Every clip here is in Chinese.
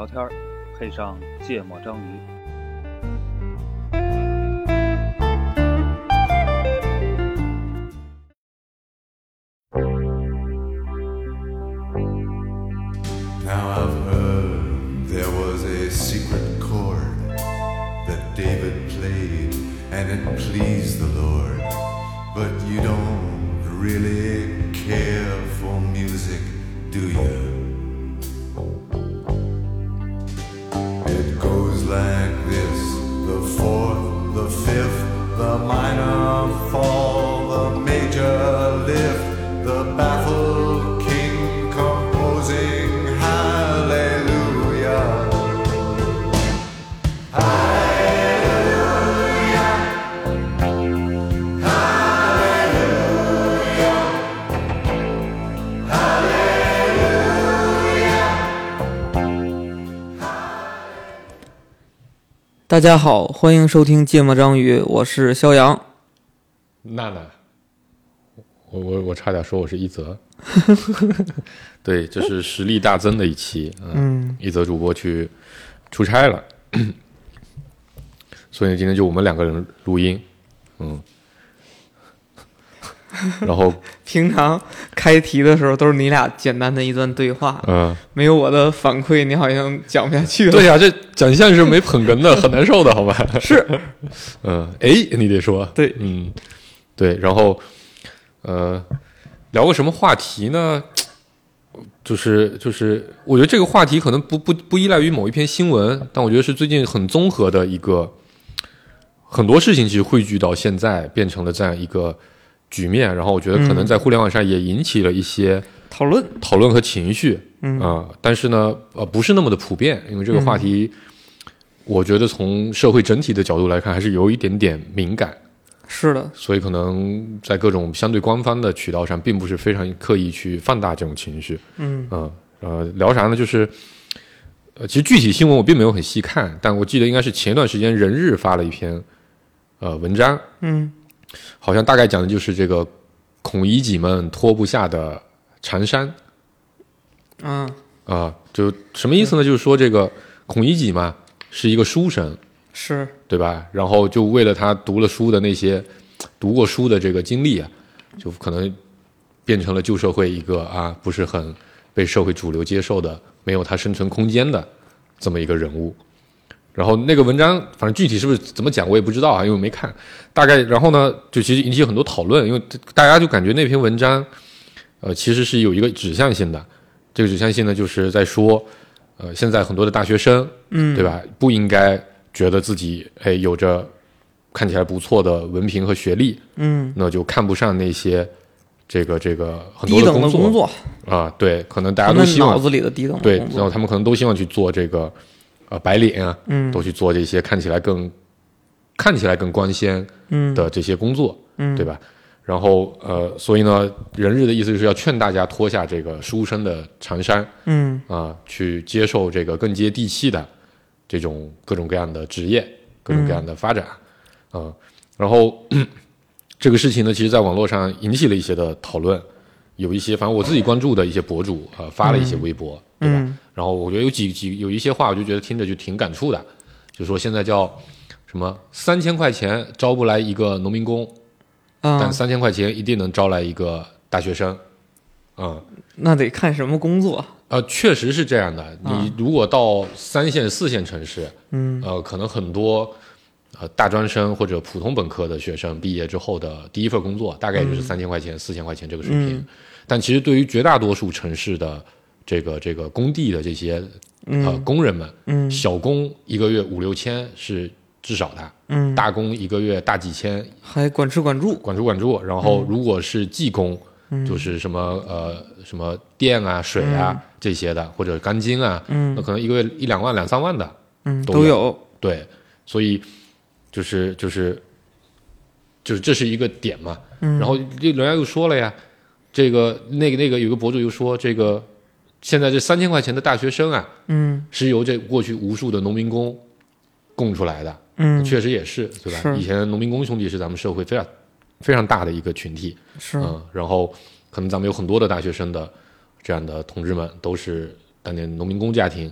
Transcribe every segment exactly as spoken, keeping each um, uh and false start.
天，配上芥末章鱼。 Now I've heard there was a secret chord that David played and it pleased the Lord. But you don't really care for music, do you? It goes like this: the fourth, the fifth, the minor fall, the major lift, the baffled king composing hallelujah. Hallelujah. Hallelujah. Hallelujah. 大家好，欢迎收听芥末章鱼，我是肖阳。 娜娜，我我我差点说我是一泽。对，这是实力大增的一期。嗯，一泽主播去出差了，所以今天就我们两个人录音。嗯，然后平常开题的时候都是你俩简单的一段对话， 嗯， 没有我的反馈，你好像讲不下去了。 对呀、啊，这讲相声没捧哏的，很难受的，好吧？ 是， 嗯，哎，你得说， 对， 嗯，对，然后呃，聊个什么话题呢？就是就是，我觉得这个话题可能不不不依赖于某一篇新闻，但我觉得是最近很综合的一个，很多事情其实汇聚到现在变成了这样一个局面，然后我觉得可能在互联网上也引起了一些讨论、 嗯、讨论和情绪， 嗯啊、呃，但是呢，呃，不是那么的普遍，因为这个话题，嗯、我觉得从社会整体的角度来看，还是有一点点敏感。 是的， 所以可能在各种相对官方的渠道上，并不是非常刻意去放大这种情绪。 嗯呃呃，聊啥呢？就是呃，其实具体新闻我并没有很细看，但我记得应该是前一段时间人日发了一篇呃文章， 嗯， 好像大概讲的就是这个孔乙己们脱不下的缠衫。 嗯啊、呃，就什么意思呢？就是说这个孔乙己嘛，是一个书生。 是对吧？然后就为了他读了书的那些读过书的这个经历啊，就可能变成了旧社会一个啊不是很被社会主流接受的、没有他生存空间的这么一个人物。然后那个文章，反正具体是不是怎么讲我也不知道啊，因为我没看。大概然后呢，就其实引起很多讨论，因为大家就感觉那篇文章，呃，其实是有一个指向性的。这个指向性呢，就是在说，呃，现在很多的大学生， 嗯， 对吧？不应该觉得自己哎有着看起来不错的文凭和学历， 嗯， 那就看不上那些这个这个很多低等的工作工作啊，对，可能大家都希望脑子里的低等的对， 工作然后他们可能都希望去做这个呃白领啊， 嗯， 都去做这些看起来更看起来更光鲜的这些工作， 嗯， 对吧？然后呃，所以呢，人日的意思就是要劝大家脱下这个书生的长衫， 嗯啊、呃，去接受这个更接地气的这种各种各样的职业，各种各样的发展，啊、呃，然后这个事情呢，其实在网络上引起了一些的讨论，有一些反正我自己关注的一些博主啊、呃、发了一些微博， 嗯、 对吧？ 嗯、 然后我觉得有几几有一些话，我就觉得听着就挺感触的，就说现在叫什么三千块钱招不来一个农民工。 啊、 但三千块钱一定能招来一个大学生，嗯， 那得看什么工作。 呃，确实是这样的。你如果到三线、四线城市， 嗯， 呃，可能很多呃大专生或者普通本科的学生毕业之后的第一份工作，大概也就是三千块钱、四千块钱这个水平。 嗯、 但其实对于绝大多数城市的这个这个工地的这些呃、 嗯、 工人们， 嗯， 小工一个月五六千是至少的。 嗯， 大工一个月大几千， 还管吃管住， 管吃管住。然后如果是技工， 嗯、 就是什么呃什么电啊、水啊、 嗯、 这些的，或者钢筋啊， 嗯， 那可能一个月一两万、两三万的， 嗯， 都有。都有对，所以就是就是就是这是一个点嘛。 嗯， 然后人家又说了呀，这个那个那个有个博主又说，这个现在这三千块钱的大学生啊， 嗯， 是由这过去无数的农民工供出来的。 嗯， 确实也是，对吧？以前农民工兄弟是咱们社会非常非常大的一个群体， 是， 嗯，然后可能咱们有很多的大学生的这样的同志们，都是当年农民工家庭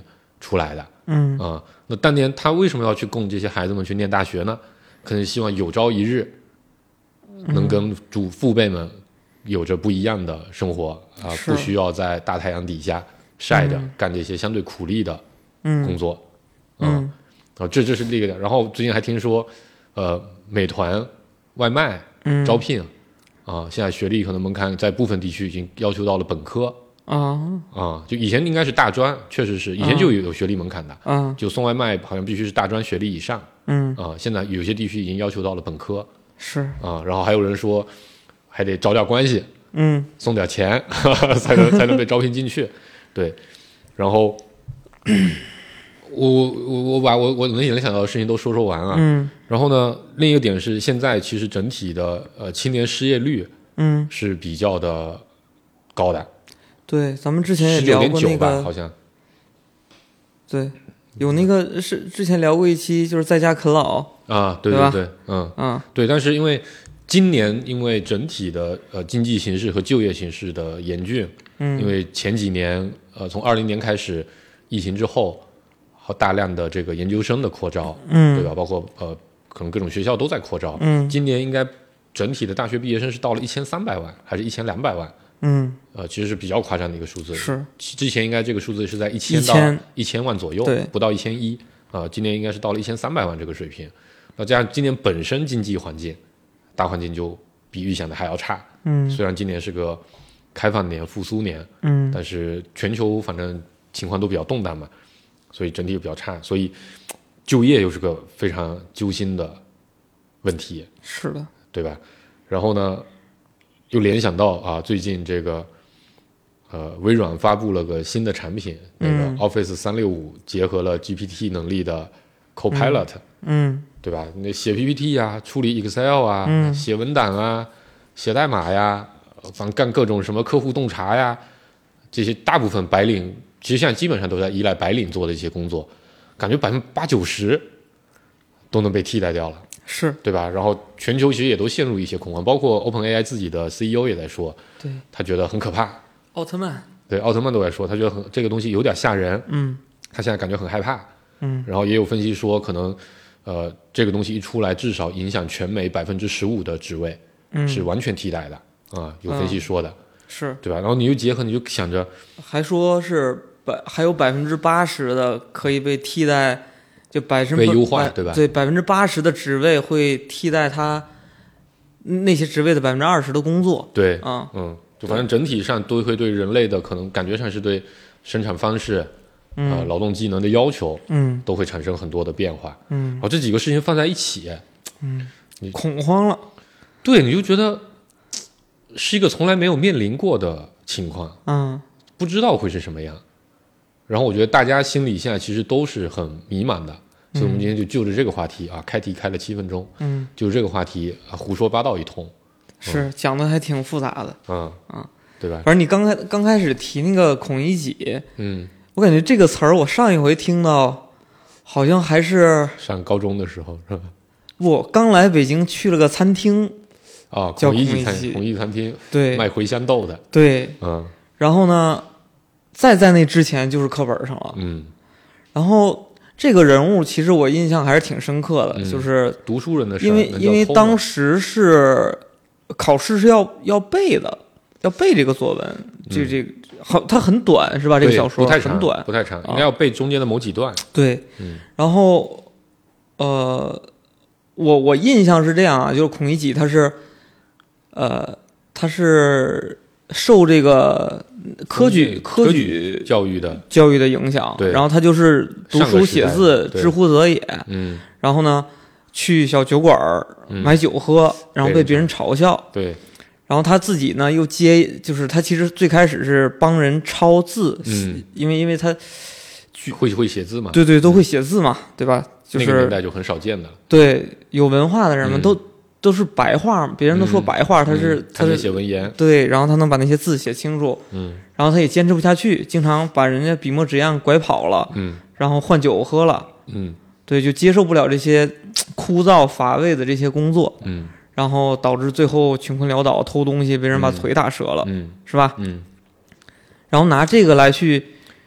出来的。 嗯啊、那当年他为什么要去供这些孩子们去念大学呢？可能希望有朝一日能跟祖父辈们有着不一样的生活啊、 是不需要在大太阳底下晒着、 嗯干这些相对苦力的工嗯作。 嗯啊，这这是另一个。然后最近还听说，呃，美团外卖嗯招聘啊、现在学历可能门槛在部分地区已经要求到了本科啊啊、就以前应该是大专，确实是以前就有有学历门槛的， 啊就送外卖好像必须是大专学历以上嗯啊、现在有些地区已经要求到了本科是啊、然后还有人说还得找点关系， 嗯送点钱才能才能被招聘进去，对，然后我我我把我我能联想到的事情都说说完了， 嗯然后呢，另一个点是现在其实整体的呃青年失业率嗯， 是比较的高的， 对，咱们之前也十九聊点九吧， 过那个好像对，有那个是之前聊过一期，就是在家啃老啊，对对吧对对，嗯。 啊对，但是因为今年因为整体的呃经济形势和就业形势的严峻， 嗯因为前几年呃从二零年开始疫情之后，好大量的这个研究生的扩招， 嗯对吧？包括呃可能各种学校都在扩招， 嗯今年应该整体的大学毕业生是到了一千三百万还是一千两百万？ 嗯呃，其实是比较夸张的一个数字。 是其之前应该这个数字是在一千到 1000 一千万左右， 对不到一千一啊。今年应该是到了一千三百万这个水平。那加上今年本身经济环境大环境就比预想的还要差。 嗯虽然今年是个开放年、复苏年， 嗯但是全球反正情况都比较动荡嘛，所以整体比较差。所以就业又是个非常揪心的问题。 是的， 对吧？然后呢，又联想到啊，最近这个呃，微软发布了个新的产品，那个嗯 Office 三六五结合了 G P T 能力的 Copilot，、 嗯对吧？那写 P P T 啊，处理 Excel 啊， 嗯写文档啊，写代码呀，呃反正干各种什么客户洞察呀，这些大部分白领其实现在基本上都在依赖白领做的一些工作，感觉百分之八九十都能被替代掉了。 是对吧？然后全球其实也都陷入一些恐慌，包括 OpenAI 自己的 C E O 也在说， 对他觉得很可怕。 奥特曼， 对，奥特曼都在说，他觉得很这个东西有点吓人， 嗯他现在感觉很害怕。 嗯然后也有分析说，可能呃这个东西一出来，至少影响全美百分之十五的职位、 嗯是完全替代的啊、有分析说的， 是， 对吧？然后你就结合，你就想着， 还说是百还有百分之八十的可以被替代。就百分之被优化对吧对，百分之八十的职位会替代他那些职位的百分之二十的工作。 对， 啊， 嗯，就反正整体上都会对人类的可能感觉上是对生产方式、 嗯呃劳动技能的要求， 嗯都会产生很多的变化。 嗯然后这几个事情放在一起， 嗯，恐慌了。 对，你就觉得是一个从来没有面临过的情况， 嗯不知道会是什么样。然后我觉得大家心里现在其实都是很迷茫的，所以我们今天就就着这个话题啊，开题开了七分钟， 嗯， 就这个话题啊胡说八道一通， 是讲的还挺复杂的。 嗯啊， 对吧？ 反正你刚开刚开始提那个孔乙己， 嗯， 我感觉这个词儿我上一回听到，好像还是上高中的时候是吧？ 不刚来北京去了个餐厅， 啊， 叫孔乙己餐孔乙己孔乙己餐厅对卖茴香豆的， 对， 嗯然后呢，再在那之前就是课本上了。 嗯， 然后这个人物其实我印象还是挺深刻的， 嗯就是读书人的事儿因为能叫因为偷吗当时是考试是要要背的，要背这个作文，这这好，它很短是吧？这个对小说不太长， 很短， 不太长， 啊应该要背中间的某几段。 对， 嗯然后呃，我我印象是这样啊，就是孔乙己他是呃他是受这个科举科举教育的， 教育的影响， 对然后他就是读书写字， 对知乎者也， 嗯然后呢去小酒馆儿嗯买酒喝，然后被别人嘲笑， 对， 然后他自己呢又接，就是他其实最开始是帮人抄字， 嗯因为因为他会会写字嘛？ 对对都会写字嘛，对吧？就那个年是代就很少见的了。 对有文化的人们嗯都、都是白话，别人都说白话，他是、 嗯他能他是写文言， 对，然后他能把那些字写清楚， 嗯然后他也坚持不下去，经常把人家笔墨纸砚拐跑了， 嗯然后换酒喝了， 嗯对，就接受不了这些枯燥乏味的这些工作， 嗯然后导致最后穷困潦倒，偷东西被人把腿打折了， 嗯是吧？ 嗯， 然后拿这个来去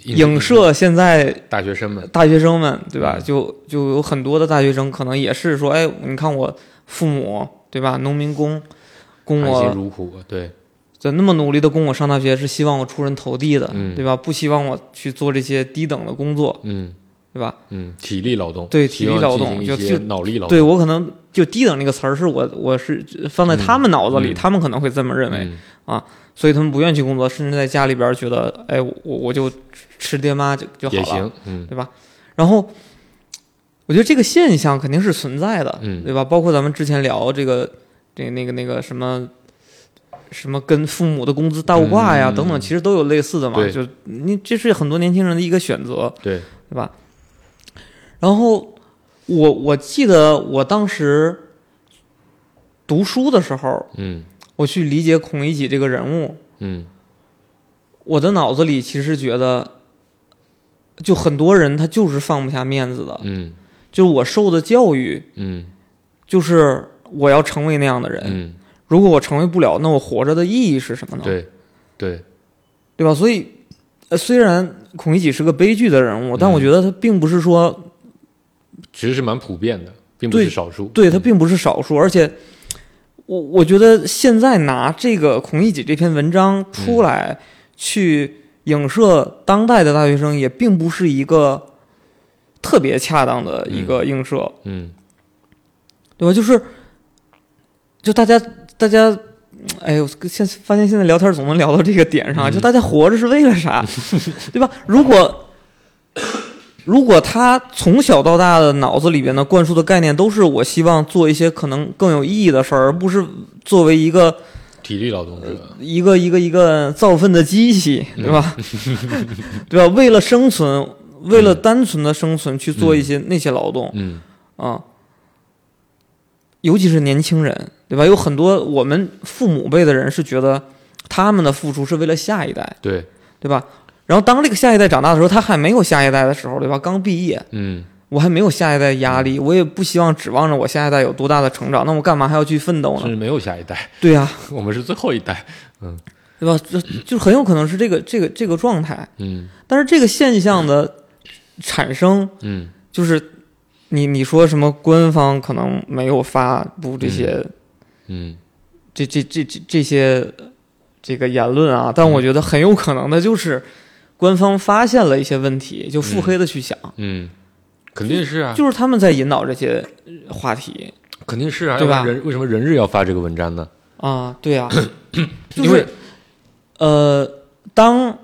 影射现在大学生们， 大学生们对吧？ 嗯、 就就有很多的大学生可能也是说，哎，你看我父母对吧，农民工供我含辛茹苦，对， 就那么努力的供我上大学，是希望我出人头地的， 嗯、 对吧？不希望我去做这些低等的工作， 嗯， 对吧？ 嗯，体力劳动， 对，体力劳动就就脑力劳动， 对我可能就低等这个词儿是我我是放在他们脑子里， 嗯、 他们可能会这么认为、 嗯、 啊。所以他们不愿意去工作，甚至在家里边觉得，哎，我我就吃爹妈就就好了， 也行，嗯， 对吧？然后我觉得这个现象肯定是存在的， 嗯， 对吧？包括咱们之前聊这个这个那个那个什么什么跟父母的工资倒挂呀、 嗯、 等等，其实都有类似的嘛。就你这是很多年轻人的一个选择， 对对吧？然后我我记得我当时读书的时候， 嗯。 我去理解孔乙己这个人物， 嗯， 我的脑子里其实觉得，就很多人他就是放不下面子的， 嗯， 就是我受的教育， 嗯， 就是我要成为那样的人， 嗯， 如果我成为不了，那我活着的意义是什么呢？ 对，对， 对吧？所以，呃，虽然孔乙己是个悲剧的人物，但我觉得他并不是说， 其实是蛮普遍的，并不是少数， 对，他并不是少数，而且。我我觉得现在拿这个孔乙己这篇文章出来，去影射当代的大学生，也并不是一个特别恰当的一个映射， 嗯， 对吧？就是，就大家大家，哎呦，现发现现在聊天总能聊到这个点上，就大家活着是为了啥，对吧？如果如果他从小到大的脑子里边的灌输的概念都是我希望做一些可能更有意义的事儿，而不是作为一个体力劳动者， 一个一个一个造粪的机器，对吧？嗯、对吧？为了生存，为了单纯的生存去做一些那些劳动， 嗯啊，尤其是年轻人，对吧？有很多我们父母辈的人是觉得他们的付出是为了下一代， 对对吧？然后当这个下一代长大的时候，他还没有下一代的时候，对吧？刚毕业， 嗯， 我还没有下一代压力，我也不希望指望着我下一代有多大的成长，那我干嘛还要去奋斗呢？ 甚至没有下一代， 对呀、啊， 我们是最后一代，嗯， 对吧？就就很有可能是这个这个这个状态， 嗯。 但是这个现象的产生， 嗯， 就是你你说什么官方可能没有发布这些， 嗯， 这这这这这些这个言论啊，但我觉得很有可能的就是。官方发现了一些问题，就腹黑的去想， 嗯，嗯肯定是啊， 就是他们在引导这些话题， 肯定是啊， 对吧？ 人为什么人日要发这个文章呢？ 啊，对啊，就是呃，当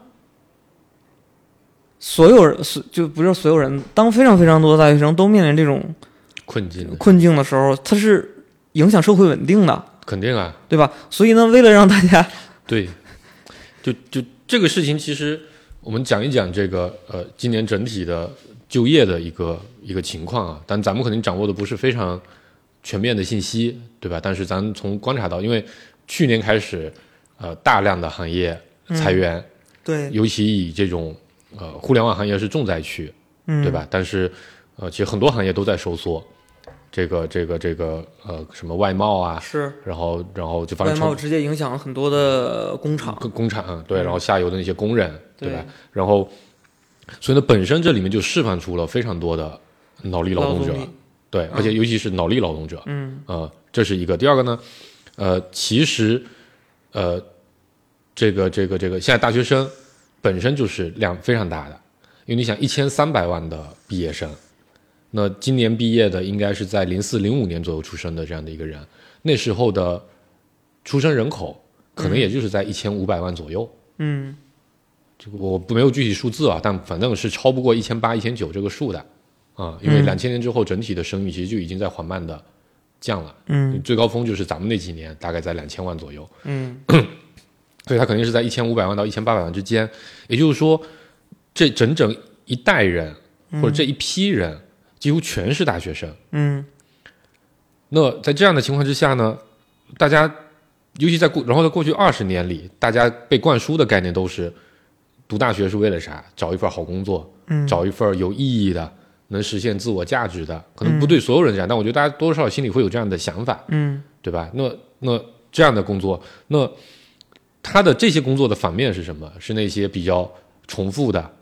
所有人就不是所有人，当非常非常多的大学生都面临这种困境困境的时候，它是影响社会稳定的， 肯定啊， 对吧？所以呢，为了让大家对，就就这个事情，其实。我们讲一讲这个呃，今年整体的就业的一个一个情况啊，但咱们肯定掌握的不是非常全面的信息，对吧？但是咱从观察到，因为去年开始，呃，大量的行业裁员， 嗯、对， 尤其以这种呃互联网行业是重灾区， 嗯， 对吧？但是呃，其实很多行业都在收缩。这个这个这个呃什么外贸啊， 是， 然后然后就反正外贸直接影响了很多的工厂， 工厂对，然后下游的那些工人， 对, 对吧？然后所以呢，本身这里面就释放出了非常多的脑力劳动者，对，而且尤其是脑力劳动者， 嗯， 呃，这是一个。第二个呢，呃，其实呃，这个这个这个，现在大学生本身就是量非常大的，因为你想一千三百万的毕业生。那今年毕业的应该是在零四零五年左右出生的这样的一个人，那时候的出生人口可能也就是在一千五百万左右。 嗯， 这个我不没有具体数字啊，但反正是超不过一千八、一千九这个数的啊，因为两千年之后整体的生育其实就已经在缓慢的降了。 嗯， 最高峰就是咱们那几年，大概在两千万左右。 嗯， 所以它肯定是在一千五百万到一千八百万之间。也就是说，这整整一代人或者这一批人。嗯几乎全是大学生， 嗯， 那在这样的情况之下呢，大家尤其在过，然后在过去二十年里，大家被灌输的概念都是读大学是为了啥？找一份好工作， 嗯， 找一份有意义的、能实现自我价值的。可能不对所有人这样，嗯、但我觉得大家多多少少心里会有这样的想法， 嗯， 对吧？那那这样的工作，那他的这些工作的反面是什么？是那些比较重复的。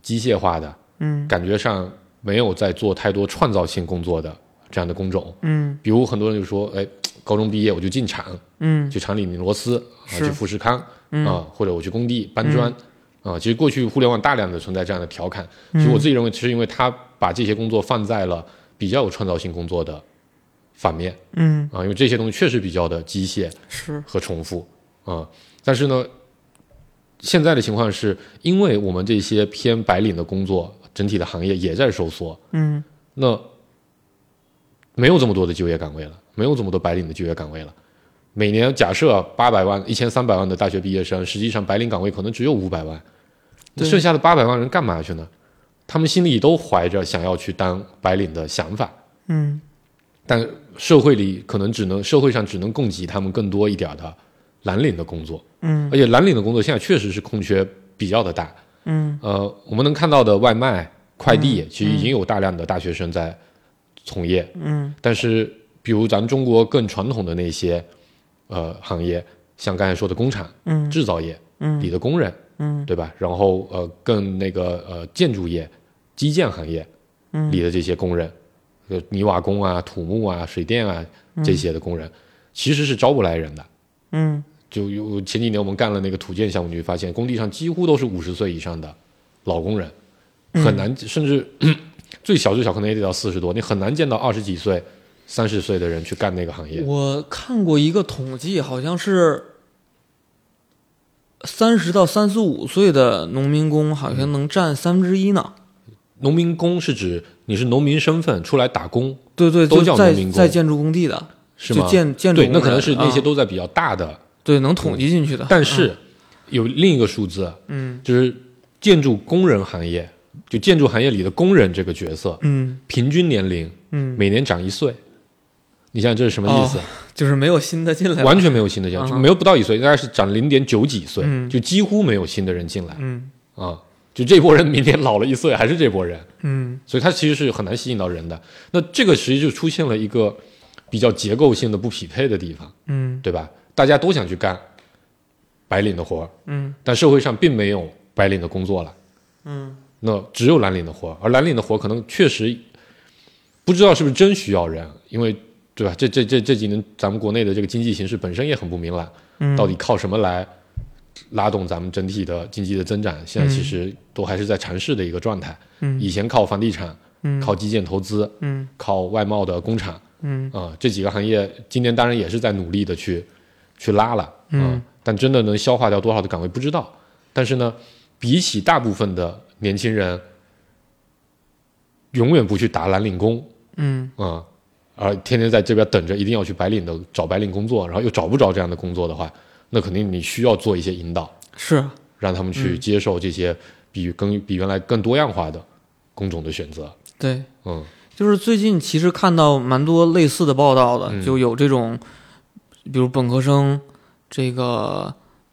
机械化的， 嗯感觉上没有在做太多创造性工作的这样的工种。 嗯比如很多人就说，哎，高中毕业我就进厂， 嗯去厂里拧螺丝啊， 是去富士康嗯啊，或者我去工地搬砖啊。其实过去互联网大量的存在这样的调侃，其实我自己认为，是因为他把这些工作放在了比较有创造性工作的反面嗯啊，因为这些东西确实比较的机械是和重复啊。但是呢，现在的情况是，因为我们这些偏白领的工作，整体的行业也在收缩， 嗯那没有这么多的就业岗位了，没有这么多白领的就业岗位了。每年假设八百万、一千三百万的大学毕业生，实际上白领岗位可能只有五百万，那对剩下的八百万人干嘛去呢？他们心里都怀着想要去当白领的想法， 嗯但社会里可能只能社会上只能供给他们更多一点的蓝领的工作， 嗯而且蓝领的工作现在确实是空缺比较的大。 嗯呃，我们能看到的外卖、快递，其实已经有大量的大学生在从业。 嗯但是，比如咱们中国更传统的那些呃行业，像刚才说的工厂、 嗯制造业嗯里的工人， 嗯对吧？然后呃，更那个呃建筑业、基建行业嗯里的这些工人，呃泥瓦工啊、土木啊、水电啊这些的工人，其实是招不来人的。 嗯就有前几年我们干了那个土建项目，你会发现工地上几乎都是五十岁以上的老工人，很难，甚至最小最小可能也得到四十多，你很难见到二十几岁、三十岁的人去干那个行业。 我看过一个统计，好像是三十到三十五岁的农民工好像能占三分之一呢。 农民工是指你是农民身份出来打工， 对对， 都就在叫农民工在建筑工地的， 是吗？ 就建建筑对，那工人可能是那些啊都在比较大的， 对能统计进去的。 但是有另一个数字， 嗯就是建筑工人行业，就建筑行业里的工人这个角色， 嗯平均年龄嗯， 每年长一岁。你想想这是什么意思？ 就是没有新的进来了， 完全没有新的进来， 啊就没有不到一岁，大概是长零点九几岁， 嗯就几乎没有新的人进来嗯啊。就这波人明年老了一岁，还是这波人， 嗯所以他其实是很难吸引到人的。那这个实际就出现了一个比较结构性的不匹配的地方， 嗯对吧？大家都想去干白领的活儿， 嗯但社会上并没有白领的工作了， 嗯那只有蓝领的活儿，而蓝领的活儿可能确实不知道是不是真需要人，因为对吧？这这这这几年咱们国内的这个经济形势本身也很不明朗， 嗯， 到底靠什么来拉动咱们整体的经济的增长？现在其实都还是在尝试的一个状态。 嗯以前靠房地产， 嗯靠基建投资， 嗯靠外贸的工厂， 嗯啊、这几个行业今年当然也是在努力的去去拉了，啊、 嗯但真的能消化掉多少的岗位不知道。但是呢，比起大部分的年轻人，永远不去打蓝领工， 嗯啊、而天天在这边等着一定要去白领的找白领工作，然后又找不着这样的工作的话，那肯定你需要做一些引导， 是让他们去接受这些比更比原来更多样化的工种的选择。 对。 嗯就是最近其实看到蛮多类似的报道的， 嗯就有这种，比如本科生，这个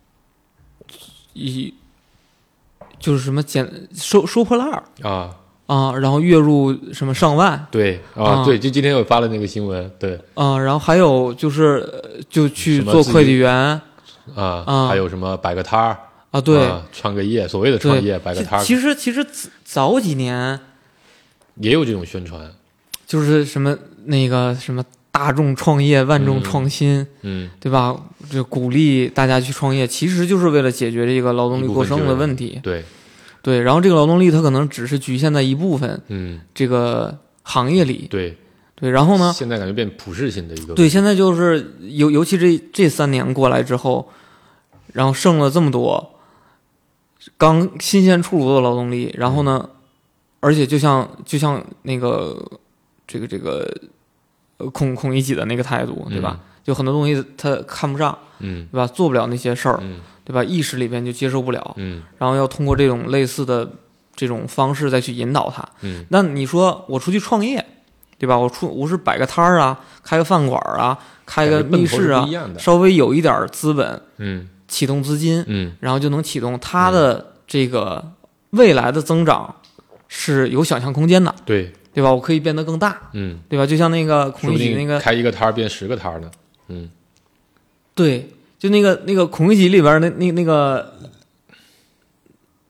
一就是什么捡收收破烂儿啊， 啊，然后月入什么上万对啊， 啊对，就今天我发了那个新闻，对啊，然后还有就是呃就去什么自己做快递员啊， 啊还有什么摆个摊儿啊，对， 啊创个业，所谓的创业摆个摊儿， 其实其实早几年也有这种宣传。 就是什么那个什么大众创业、万众创新， 嗯， 对吧？就鼓励大家去创业，其实就是为了解决这个劳动力过剩的问题。 对， 对，然后这个劳动力它可能只是局限在一部分嗯， 这个行业里。 对， 对，然后呢？ 现在感觉变普世性的一个。 对，现在就是尤尤其这这三年过来之后，然后剩了这么多刚新鲜出炉的劳动力，然后呢，而且就像就像那个这个这个呃孔孔乙己的那个态度，对吧？ 嗯、 就很多东西他看不上， 嗯， 对吧？做不了那些事儿， 嗯， 对吧？意识里边就接受不了， 嗯， 然后要通过这种类似的这种方式再去引导他。 嗯， 那你说我出去创业，对吧？我出我是摆个摊儿啊，开个饭馆啊，开个密室啊，稍微有一点资本， 嗯， 启动资金， 嗯， 然后就能启动它的这个未来的增长是有想象空间的， 对。 对吧？我可以变得更大， 嗯， 对吧？就像那个孔乙己那个开一个摊儿变十个摊儿呢，嗯， 对，就那个那个孔乙己里边那那那个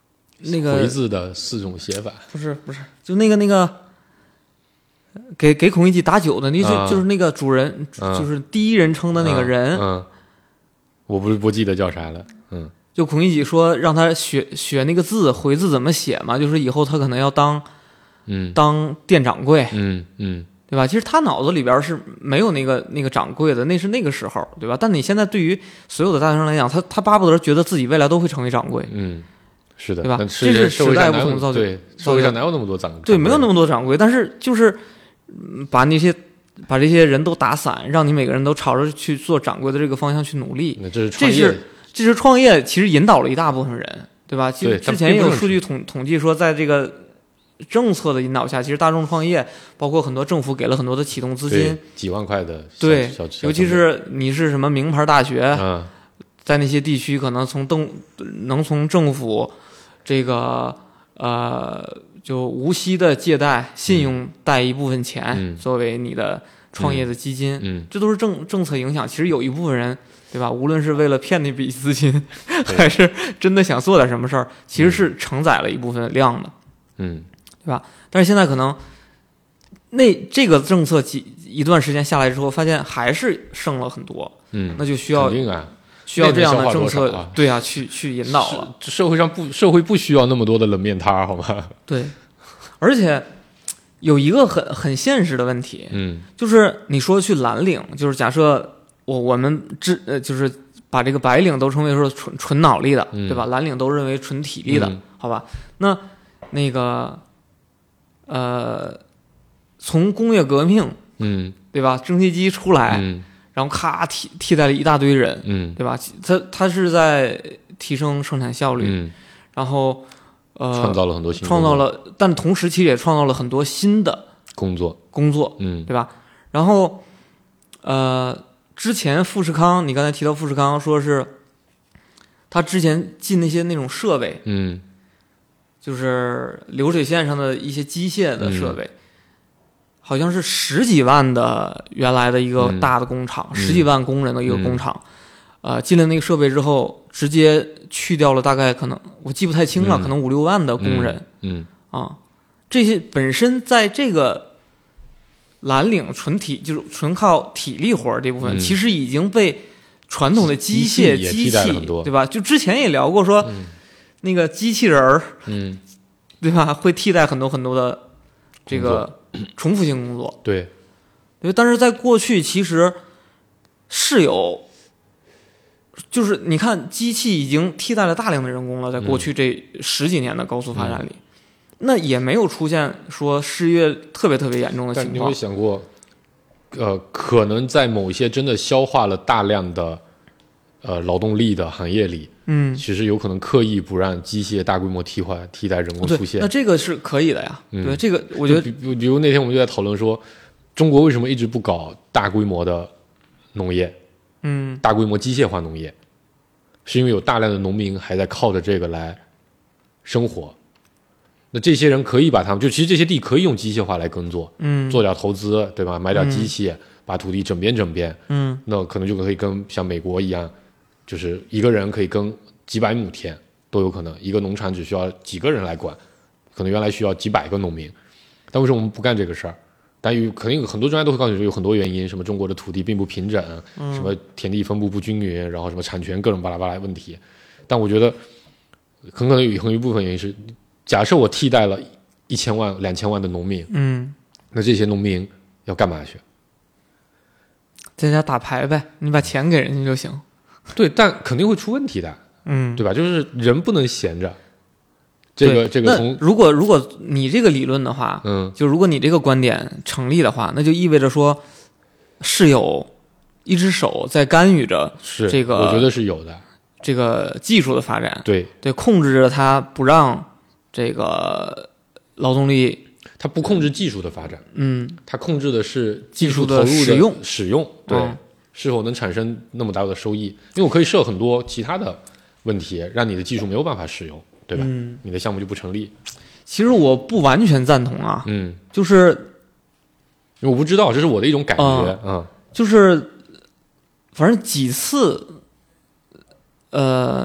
那个回字的四种写法， 不是不是，就那个那个给给孔乙己打酒的，那就、 啊、 就是那个主人、啊，就是第一人称的那个人。 嗯、啊啊，我不不记得叫啥了。嗯， 就孔乙己说让他学学那个字回字怎么写嘛，就是以后他可能要当嗯当店掌柜。 嗯嗯。 对吧？其实他脑子里边是没有那个那个掌柜的，那是那个时候，对吧？但你现在对于所有的大学生来讲，他他巴不得觉得自己未来都会成为掌柜， 嗯，是的， 对吧？ 这是时代不同造就， 对，社会上哪有那么多掌柜？ 对，没有那么多掌柜，但是就是把那些把这些人都打散，让你每个人都朝着去做掌柜的这个方向去努力。 那这是创业， 这是这是创业，其实引导了一大部分人，对吧？其实之前也有数据统统计说，在这个政策的引导下，其实大众创业，包括很多政府给了很多的启动资金， 几万块的， 对，尤其是你是什么名牌大学， 嗯、 在那些地区，可能从政能从政府这个呃就无息的借贷信用贷一部分钱、 嗯、 作为你的创业的基金， 嗯， 这都是政政策影响。其实有一部分人，对吧？无论是为了骗那笔资金，还是真的想做点什么事儿，其实是承载了一部分量的， 嗯。 对吧？但是现在可能那这个政策几一段时间下来之后，发现还是剩了很多， 嗯， 那就需要肯定啊， 需要这样的政策， 啊、 对啊，去去引导了。 社会上不社会不需要那么多的冷面摊，好吗？ 对，而且有一个很很现实的问题， 嗯， 就是你说去蓝领，就是假设我我们只呃就是把这个白领都称为说纯纯脑力的， 嗯、 对吧？蓝领都认为纯体力的， 嗯、 好吧？那那个，呃，从工业革命， 嗯， 对吧？蒸汽机出来， 嗯， 然后咔替替代了一大堆人， 嗯， 对吧？它它是在提升生产效率， 嗯， 然后呃， 创造了很多新创造了，但同时其实也创造了很多新的工作工作， 嗯， 对吧？然后呃，之前富士康，你刚才提到富士康，说是他之前进那些那种设备， 嗯。 就是流水线上的一些机械的设备，嗯、好像是十几万的原来的一个大的工厂，嗯、十几万工人的一个工厂，嗯、呃，进了那个设备之后，直接去掉了大概可能我记不太清了，嗯、可能五六万的工人， 嗯， 嗯啊，这些本身在这个蓝领纯体就是纯靠体力活这部分， 嗯、 其实已经被传统的机械机器，对吧？就之前也聊过说。 嗯那个机器人儿， 嗯， 对吧？会替代很多很多的这个重复性工作。 对， 对，但是在过去其实是有，就是你看，机器已经替代了大量的人工了，在过去这十几年的高速发展里，嗯、那也没有出现说失业特别特别严重的情况。 但你有想过，呃，可能在某一些真的消化了大量的呃劳动力的行业里。 嗯， 其实有可能刻意不让机械大规模替换替代人工出现， 那这个是可以的呀。嗯、对，这个我觉得， 比比如那天我们就在讨论说，中国为什么一直不搞大规模的农业？ 嗯， 大规模机械化农业，是因为有大量的农民还在靠着这个来生活。那这些人可以把他们，就其实这些地可以用机械化来耕作， 嗯， 做点投资，对吧？买点机器，嗯、把土地整编整编， 嗯， 那可能就可以跟像美国一样。就是一个人可以耕几百亩田都有可能，一个农场只需要几个人来管，可能原来需要几百个农民。但为什么我们不干这个事儿？但有肯定有很多专家都会告诉你说有很多原因，什么中国的土地并不平整， 嗯、 什么田地分布不均匀，然后什么产权各种巴拉巴拉问题。但我觉得很可能有很一部分原因是，假设我替代了一千万、两千万的农民， 嗯， 那这些农民要干嘛去？ 在家打牌呗，你把钱给人家就行。 对，但肯定会出问题的， 嗯， 对吧？就是人不能闲着。这个这个从如果如果你这个理论的话， 嗯， 就如果你这个观点成立的话，那就意味着说是有一只手在干预着是这个， 我觉得是有的这个技术的发展， 对对，控制着它不让这个劳动力， 它不控制技术的发展， 嗯， 它控制的是技术的使用使用，对。 嗯是否能产生那么大的收益？因为我可以设很多其他的问题，让你的技术没有办法使用，对吧？ 嗯， 你的项目就不成立。 其实我不完全赞同啊， 嗯， 就是我不知道，这是我的一种感觉啊、 嗯嗯，就是反正几次，呃，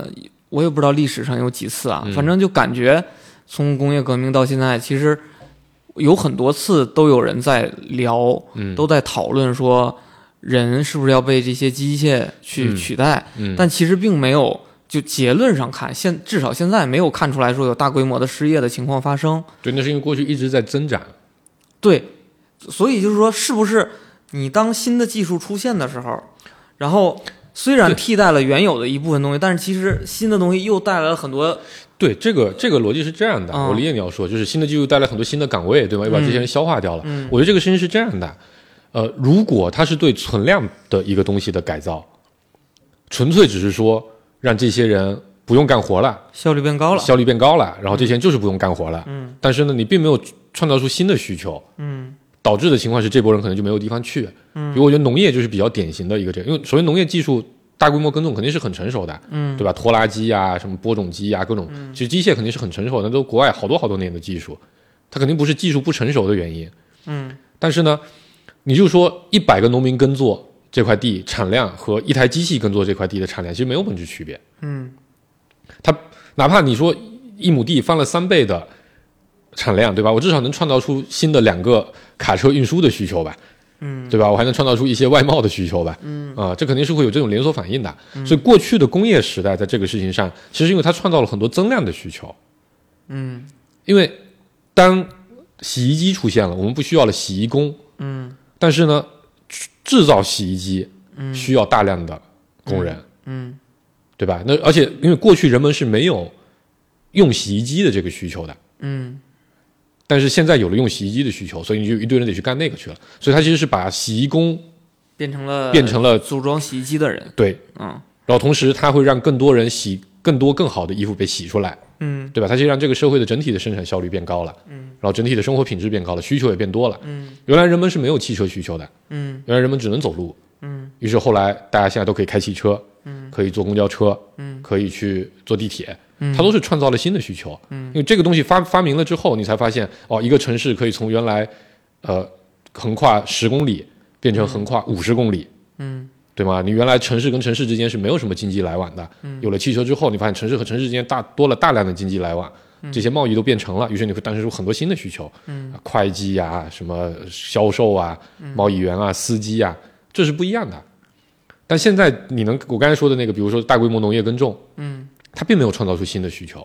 我也不知道历史上有几次啊， 嗯、 反正就感觉从工业革命到现在，其实有很多次都有人在聊， 嗯、 都在讨论说人是不是要被这些机械去取代， 嗯嗯、 但其实并没有，就结论上看，现至少现在没有看出来说有大规模的失业的情况发生。 对，那是因为过去一直在增长。 对，所以就是说，是不是你当新的技术出现的时候，然后虽然替代了原有的一部分东西，但是其实新的东西又带来了很多。 对，这个这个逻辑是这样的， 嗯、 我理解你要说，就是新的技术带来很多新的岗位，对吧？又把这些人消化掉了。 嗯、 我觉得这个事情是这样的，呃，如果它是对存量的一个东西的改造，纯粹只是说让这些人不用干活了， 效率变高了， 效率变高了，然后这些人就是不用干活了。 嗯。 但是呢，你并没有创造出新的需求。 嗯。 导致的情况是，这波人可能就没有地方去。 嗯。 比如我觉得农业就是比较典型的一个这样，因为首先农业技术大规模耕种肯定是很成熟的， 嗯， 对吧？拖拉机啊，什么播种机啊，各种， 嗯、 其实机械肯定是很成熟的，那都国外好多好多年的技术，它肯定不是技术不成熟的原因。 嗯。 但是呢，你就说一百个农民耕作这块地产量和一台机器耕作这块地的产量其实没有本质区别。 嗯。 它哪怕你说一亩地翻了三倍的产量，对吧？我至少能创造出新的两个卡车运输的需求吧， 嗯， 对吧？我还能创造出一些外贸的需求吧， 嗯啊、呃，这肯定是会有这种连锁反应的。 嗯、 所以过去的工业时代在这个事情上，其实因为它创造了很多增量的需求， 嗯， 因为当洗衣机出现了，我们不需要了洗衣工， 嗯， 但是呢，制造洗衣机需要大量的工人， 嗯，嗯对吧？那而且因为过去人们是没有用洗衣机的这个需求的， 嗯。 但是现在有了用洗衣机的需求，所以你就一堆人得去干那个去了。所以他其实是把洗衣工变成了变成了组装洗衣机的人。 对， 嗯， 然后同时他会让更多人洗更多更好的衣服被洗出来， 嗯， 对吧？它就让这个社会的整体的生产效率变高了， 嗯， 然后整体的生活品质变高了，需求也变多了， 嗯， 原来人们是没有汽车需求的， 嗯， 原来人们只能走路， 嗯， 于是后来大家现在都可以开汽车， 嗯， 可以坐公交车， 嗯， 可以去坐地铁。 嗯， 它都是创造了新的需求， 嗯， 因为这个东西发发明了之后，你才发现哦，一个城市可以从原来，呃，横跨十公里变成横跨五十公里， 嗯， 对吗？你原来城市跟城市之间是没有什么经济来往的， 嗯， 有了汽车之后，你发现城市和城市之间大多了大量的经济来往， 嗯， 这些贸易都变成了，于是你会诞生出很多新的需求， 嗯， 会计啊，什么销售啊， 嗯， 贸易员啊，司机啊，这是不一样的。但现在你能，我刚才说的那个，比如说大规模农业耕种， 嗯， 它并没有创造出新的需求。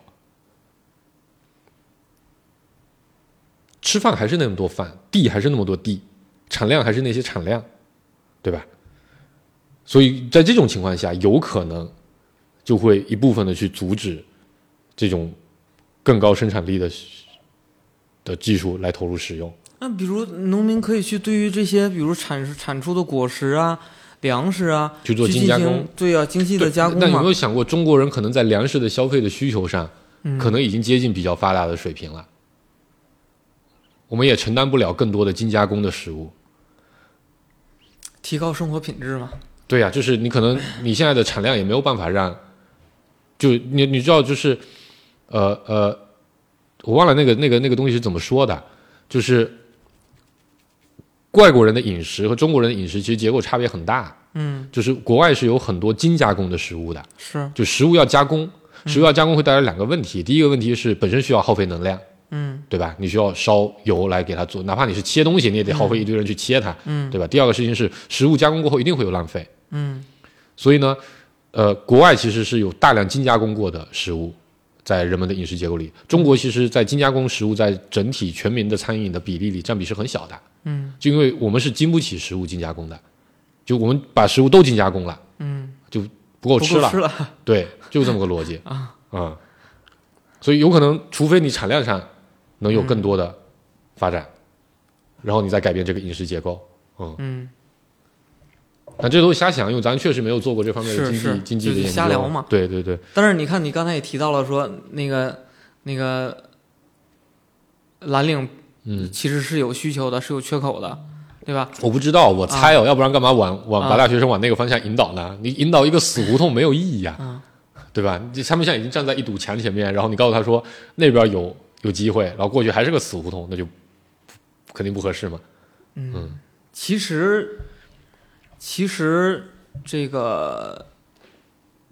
吃饭还是那么多饭，地还是那么多地，产量还是那些产量，对吧？所以在这种情况下，有可能就会一部分的去阻止这种更高生产力的的技术来投入使用。 那比如农民可以去对于这些，比如产产出的果实啊、粮食啊， 去做精加工， 对啊，精细的加工嘛。 那有没有想过，中国人可能在粮食的消费的需求上， 嗯， 可能已经接近比较发达的水平了？我们也承担不了更多的精加工的食物， 提高生活品质嘛。 对呀、啊，就是你可能你现在的产量也没有办法让，就你你知道就是呃呃，我忘了那个那个那个东西是怎么说的，就是外国人的饮食和中国人的饮食其实结构差别很大。 嗯， 就是国外是有很多精加工的食物的， 是， 就食物要加工，食物要加工会带来两个问题，嗯、第一个问题是本身需要耗费能量。 嗯， 对吧？你需要烧油来给它做，哪怕你是切东西，你也得耗费一堆人去切它， 嗯， 对吧？第二个事情是，食物加工过后一定会有浪费， 嗯， 所以呢，呃，国外其实是有大量精加工过的食物在人们的饮食结构里，中国其实在精加工食物在整体全民的餐饮的比例里占比是很小的， 嗯， 就因为我们是经不起食物精加工的，就我们把食物都精加工了， 嗯， 就不够吃了， 不够吃了， 对，就这么个逻辑啊啊、 嗯，所以有可能，除非你产量上能有更多的发展，嗯、然后你再改变这个饮食结构，嗯嗯。 但这都是瞎想，因为咱确实没有做过这方面的经济是是经济的研究， 瞎聊嘛。 对对对。 但是你看，你刚才也提到了说，那个那个蓝领， 嗯， 其实是有需求的，是有缺口的，对吧？ 我不知道，我猜哦，啊、要不然干嘛往往把大学生往那个方向引导呢？ 啊、 你引导一个死胡同没有意义呀、 啊， 对吧？他们现在已经站在一堵墙前面，然后你告诉他说那边有有机会，然后过去还是个死胡同，那就肯定不合适嘛。 嗯， 嗯其实其实这个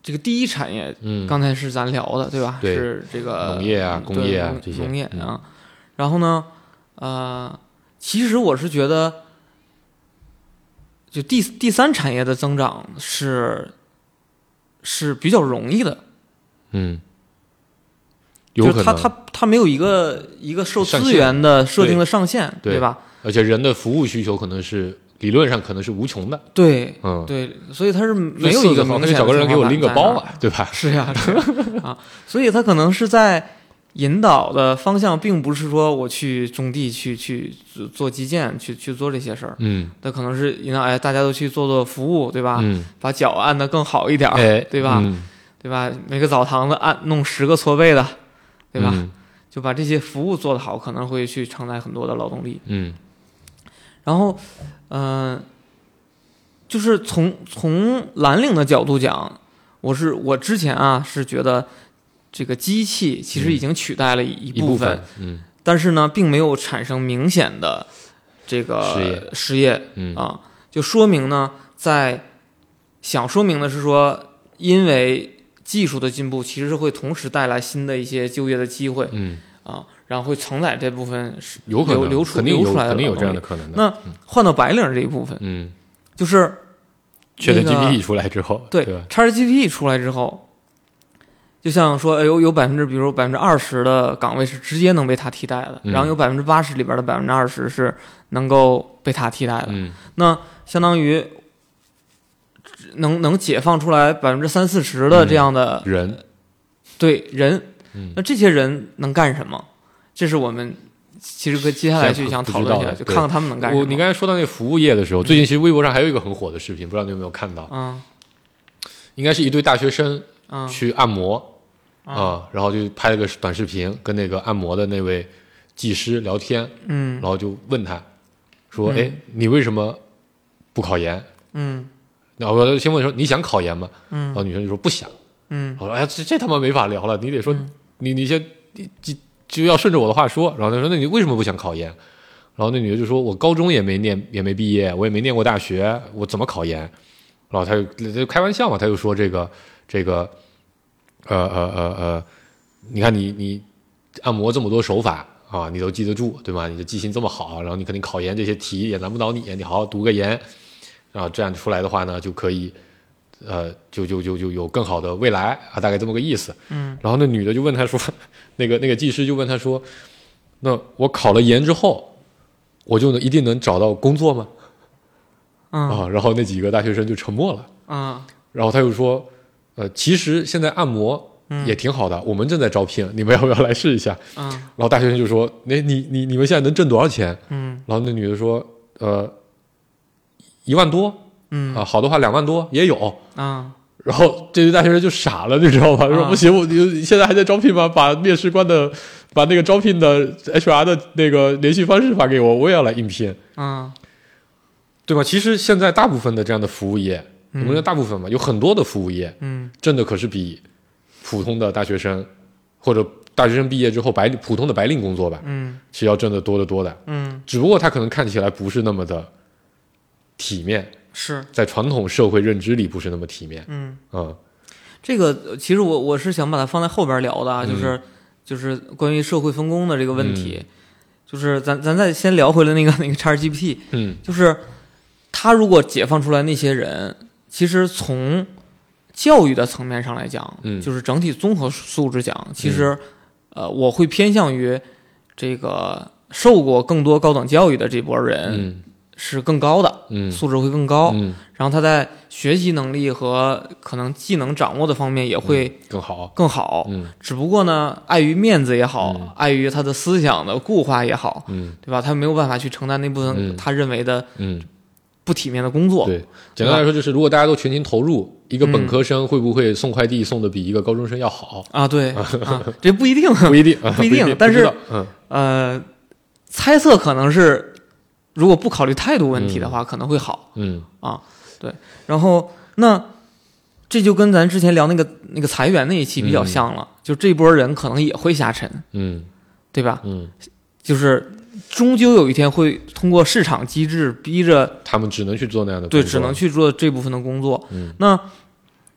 这个第一产业， 嗯， 刚才是咱聊的，对吧？ 对， 是这个农业啊、工业啊这些农业啊。然后呢，呃，其实我是觉得，就第第三产业的增长是是比较容易的， 嗯，有可能， 就是它它它没有一个一个受资源的设定的上限， 对对吧？ 而且人的服务需求可能是理论上可能是无穷的， 对， 嗯， 对，所以它是没有一个明显的找个人给我拎个包啊，对吧？ 是呀，是呀啊，所以它可能是在引导的方向，并不是说我去种地去去做基建，去去做这些事儿， 嗯， 它可能是引导哎，大家都去做做服务，对吧？ 嗯， 把脚按得更好一点， 哎， 对吧？ 嗯、 对吧？每个澡堂子按弄十个搓背的，对吧？ 嗯、 就把这些服务做得好，可能会去承载很多的劳动力。 嗯， 然后，嗯、呃，就是从从蓝领的角度讲，我是我之前啊是觉得这个机器其实已经取代了一部分， 一部分嗯， 但是呢，并没有产生明显的这个失业， 失业嗯啊，就说明呢，在想说明的是说，因为技术的进步，其实是会同时带来新的一些就业的机会， 嗯啊，然后会承载这部分有可能流流出肯定有流出来的肯定有这样的可能的。 那换到白领这一部分， 嗯， 就是确认那个 G P T 出来之后， 对对吧 ，ChatGPT 出来之后，就像说，哎有有百分之，比如百分之二十的岗位是直接能被它替代的， 嗯、 然后有百分之八十里边的百分之二十是能够被它替代的。 嗯， 那相当于能能解放出来百分之三四十的这样的、 嗯、人， 对人、 嗯， 那这些人能干什么？这是我们其实跟接下来就想讨论一下，就看看他们能干什么。 我你刚才说到那个服务业的时候，最近其实微博上还有一个很火的视频，不知道你有没有看到？ 嗯， 应该是一对大学生嗯去按摩啊、 嗯，然后就拍了个短视频，跟那个按摩的那位技师聊天， 嗯， 然后就问他说：“ 嗯、 哎，你为什么不考研？” 嗯， 然后我先问说：“你想考研吗？” 嗯， 然后女生就说：“不想。” 嗯， 我说：“哎呀，这这他妈没法聊了，你得说、 嗯、 你你先你就就要顺着我的话说。”然后他说：“那你为什么不想考研？”然后那女的就说：“我高中也没念，也没毕业，我也没念过大学，我怎么考研？”然后他就就开玩笑嘛，他就说：“这个这个，呃呃呃呃，你看你你按摩这么多手法啊，你都记得住，对吧？你的记性这么好，然后你肯定考研这些题也难不倒你，你好好读个研，然后这样出来的话呢，就可以。”呃，就就就就有更好的未来啊，大概这么个意思。 嗯， 然后那女的就问他说，那个那个技师就问他说，那我考了研之后，我就能一定能找到工作吗？ 嗯啊，然后那几个大学生就沉默了。 嗯， 然后他又说，呃，其实现在按摩也挺好的，嗯、我们正在招聘，你们要不要来试一下？ 嗯， 然后大学生就说，那你你你们现在能挣多少钱？ 嗯， 然后那女的说，呃，一万多。 嗯啊，好的话两万多也有啊， 然后这些大学生就傻了，你知道吧？说不行，我你现在还在招聘吗？把面试官的、把那个招聘的 H R 的那个联系方式发给我，我也要来应聘， 啊， 对吧？其实现在大部分的这样的服务业，我们说大部分嘛，有很多的服务业， 嗯， 挣的可是比普通的大学生或者大学生毕业之后白普通的白领工作吧， 嗯， 是要挣得多得多的， 嗯， 只不过他可能看起来不是那么的体面。 是在传统社会认知里不是那么体面。 嗯嗯， 这个其实我我是想把它放在后边聊的啊， 嗯、 就是就是关于社会分工的这个问题，嗯、就是咱咱再先聊回来那个那个 ChatGPT， 嗯， 就是他如果解放出来那些人，其实从教育的层面上来讲， 嗯， 就是整体综合素质讲，其实、嗯、呃我会偏向于这个受过更多高等教育的这波人。 嗯是更高的， 嗯， 素质会更高， 嗯， 然后他在学习能力和可能技能掌握的方面也会更好， 更好， 嗯， 只不过呢，碍于面子也好， 嗯、 碍于他的思想的固化也好， 嗯， 对吧？他没有办法去承担那部分他认为的， 嗯， 不体面的工作。 对，简单来说就是，如果大家都全情投入，一个本科生会不会送快递送的比一个高中生要好？ 啊，对啊，这不一定， 不一定， 不一定，但是， 嗯， 呃，猜测可能是。如果不考虑态度问题的话， 嗯、 可能会好。 嗯啊，对。然后那这就跟咱之前聊那个那个裁员那一期比较像了，嗯、就这波人可能也会下沉， 嗯， 对吧？ 嗯， 就是终究有一天会通过市场机制逼着他们只能去做那样的工作， 对，只能去做这部分的工作。 嗯， 那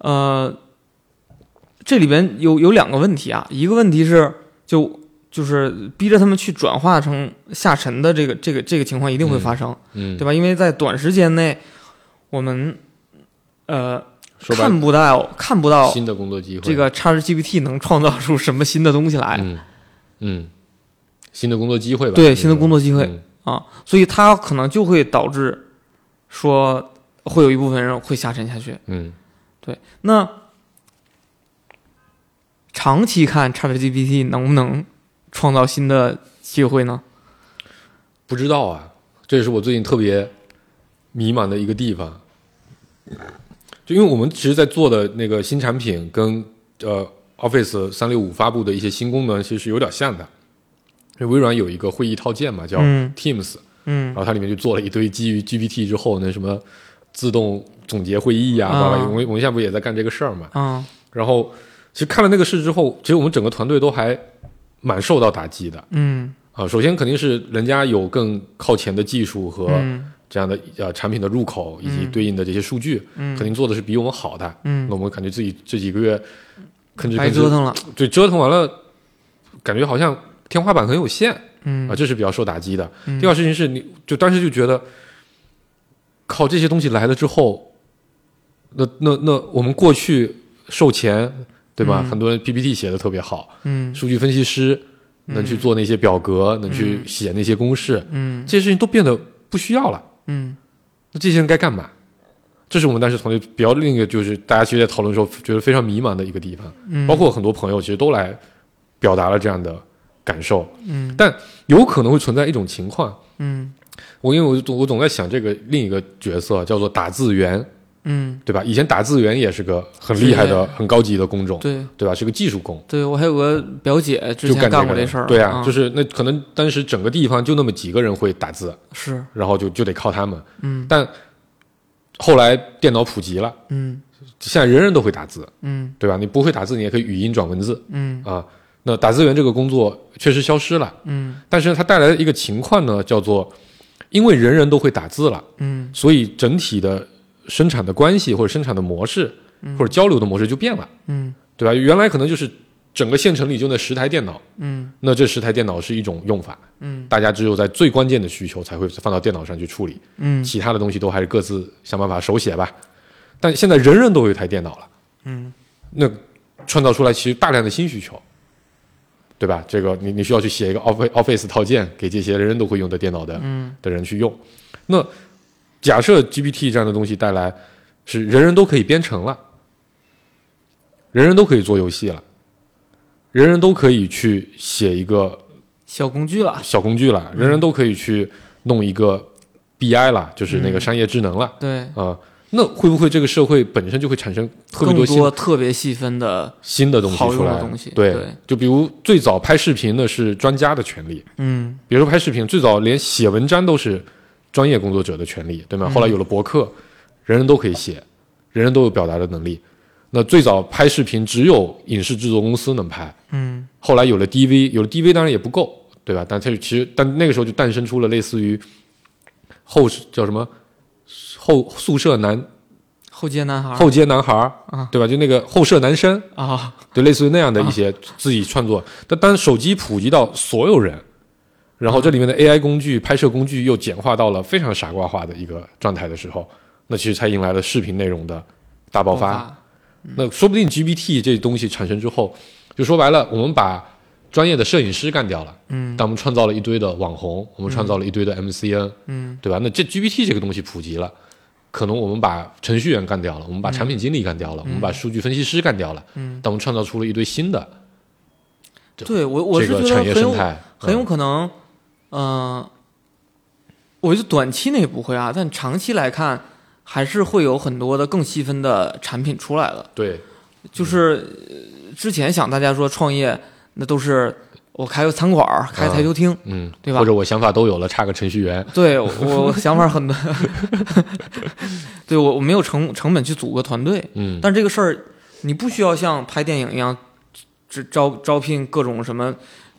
呃，这里边有有两个问题啊，一个问题是就就是逼着他们去转化成下沉的这个这个这个情况一定会发生， 嗯， 对吧？因为在短时间内，我们呃说白了看不到看不到新的工作机会， 这个 ChatGPT 能创造出什么新的东西来， 嗯嗯，新的工作机会吧， 对，新的工作机会、 嗯、 啊，所以它可能就会导致说会有一部分人会下沉下去， 嗯， 对，那长期看 ChatGPT 能不能创造新的机会呢？ 不知道啊，这也是我最近特别迷茫的一个地方。就因为我们其实在做的那个新产品跟呃 Office 三六五发布的一些新功能其实是有点像的。因为微软有一个会议套件嘛，叫 Teams， 嗯， 然后它里面就做了一堆基于 G P T 之后那什么自动总结会议啊， 啊我们我们现在不也在干这个事儿嘛？ 啊， 然后其实看了那个事之后，其实我们整个团队都还蛮受到打击的。 嗯啊，首先肯定是人家有更靠前的技术和嗯这样的呃产品的入口以及对应的这些数据， 嗯， 肯定做的是比我们好的。 嗯， 那我们感觉自己这几个月吭哧吭哧白折腾了， 对，折腾完了，感觉好像天花板很有限。 嗯啊，这是比较受打击的。 嗯、 第二事情是，你就当时就觉得，靠这些东西来了之后，那那那我们过去售前对吧？ 嗯、 很多人 P P T 写的特别好， 嗯， 数据分析师能去做那些表格， 嗯、 能去写那些公式， 嗯， 这些事情都变得不需要了， 嗯， 那这些人该干嘛？这是我们当时团队比较另一个就是大家其实在讨论的时候觉得非常迷茫的一个地方， 嗯， 包括很多朋友其实都来表达了这样的感受， 嗯， 但有可能会存在一种情况， 嗯， 我因为我我总在想这个另一个角色叫做打字员， 嗯， 对吧？以前打字员也是个很厉害的、很高级的工种， 对对吧？是个技术工。 对，我还有个表姐之前干过这事儿， 对啊， 啊就是那可能当时整个地方就那么几个人会打字， 是， 然后就就得靠他们， 嗯， 但后来电脑普及了， 嗯， 现在人人都会打字， 嗯， 对吧？你不会打字，你也可以语音转文字， 嗯啊。那打字员这个工作确实消失了， 嗯， 但是它带来的一个情况呢，叫做因为人人都会打字了， 嗯， 所以整体的生产的关系或者生产的模式、 嗯、 或者交流的模式就变了， 嗯， 对吧？原来可能就是整个县城里就那十台电脑， 嗯， 那这十台电脑是一种用法， 嗯， 大家只有在最关键的需求才会放到电脑上去处理， 嗯， 其他的东西都还是各自想办法手写吧。但现在人人都有一台电脑了， 嗯， 那创造出来其实大量的新需求。对吧？这个你你需要去写一个 Office Office 套件给这些人人都会用的电脑的、 嗯、 的人去用。那假设 G P T 这样的东西带来是人人都可以编程了，人人都可以做游戏了，人人都可以去写一个小工具了， 小工具了，人人都可以去弄一个 B I 了，就是那个商业智能了。 嗯、对啊、呃。那会不会这个社会本身就会产生特别多新更多特别细分的新的东西出来？ 东西对， 对， 就比如最早拍视频的是专家的权利， 嗯， 比如说拍视频，最早连写文章都是专业工作者的权利，对吗？ 嗯、 后来有了博客，人人都可以写，人人都有表达的能力。那最早拍视频只有影视制作公司能拍， 嗯， 后来有了 D V， 有了 D V 当然也不够，对吧？但它其实但那个时候就诞生出了类似于后叫什么后宿舍男。 后街男孩， 后街男孩啊， 对吧？就那个后舍男生啊， 就类似于那样的一些自己创作。但当手机普及到所有人，然后这里面的 A I 工具、拍摄工具又简化到了非常傻瓜化的一个状态的时候，那其实才迎来了视频内容的大爆发。 爆发嗯、 那说不定 G P T 这东西产生之后，就说白了，我们把专业的摄影师干掉了， 嗯， 但我们创造了一堆的网红，我们创造了一堆的 M C N， 嗯， 对吧？那这 G P T 这个东西普及了。可能我们把程序员干掉了，我们把产品经理干掉了， 嗯、 我们把数据分析师干掉了， 嗯， 但我们创造出了一堆新的， 对我我是觉得产业生态很有很有可能，嗯、呃，我觉得短期内不会啊，但长期来看，还是会有很多的更细分的产品出来了。 对， 就是之前想大家说创业，那都是。我开个餐馆，开台球厅， 嗯， 对吧？ 或者我想法都有了，差个程序员。 对我想法很多，对我我没有成成本去组个团队， 嗯， 但这个事儿你不需要像拍电影一样，招招聘各种什么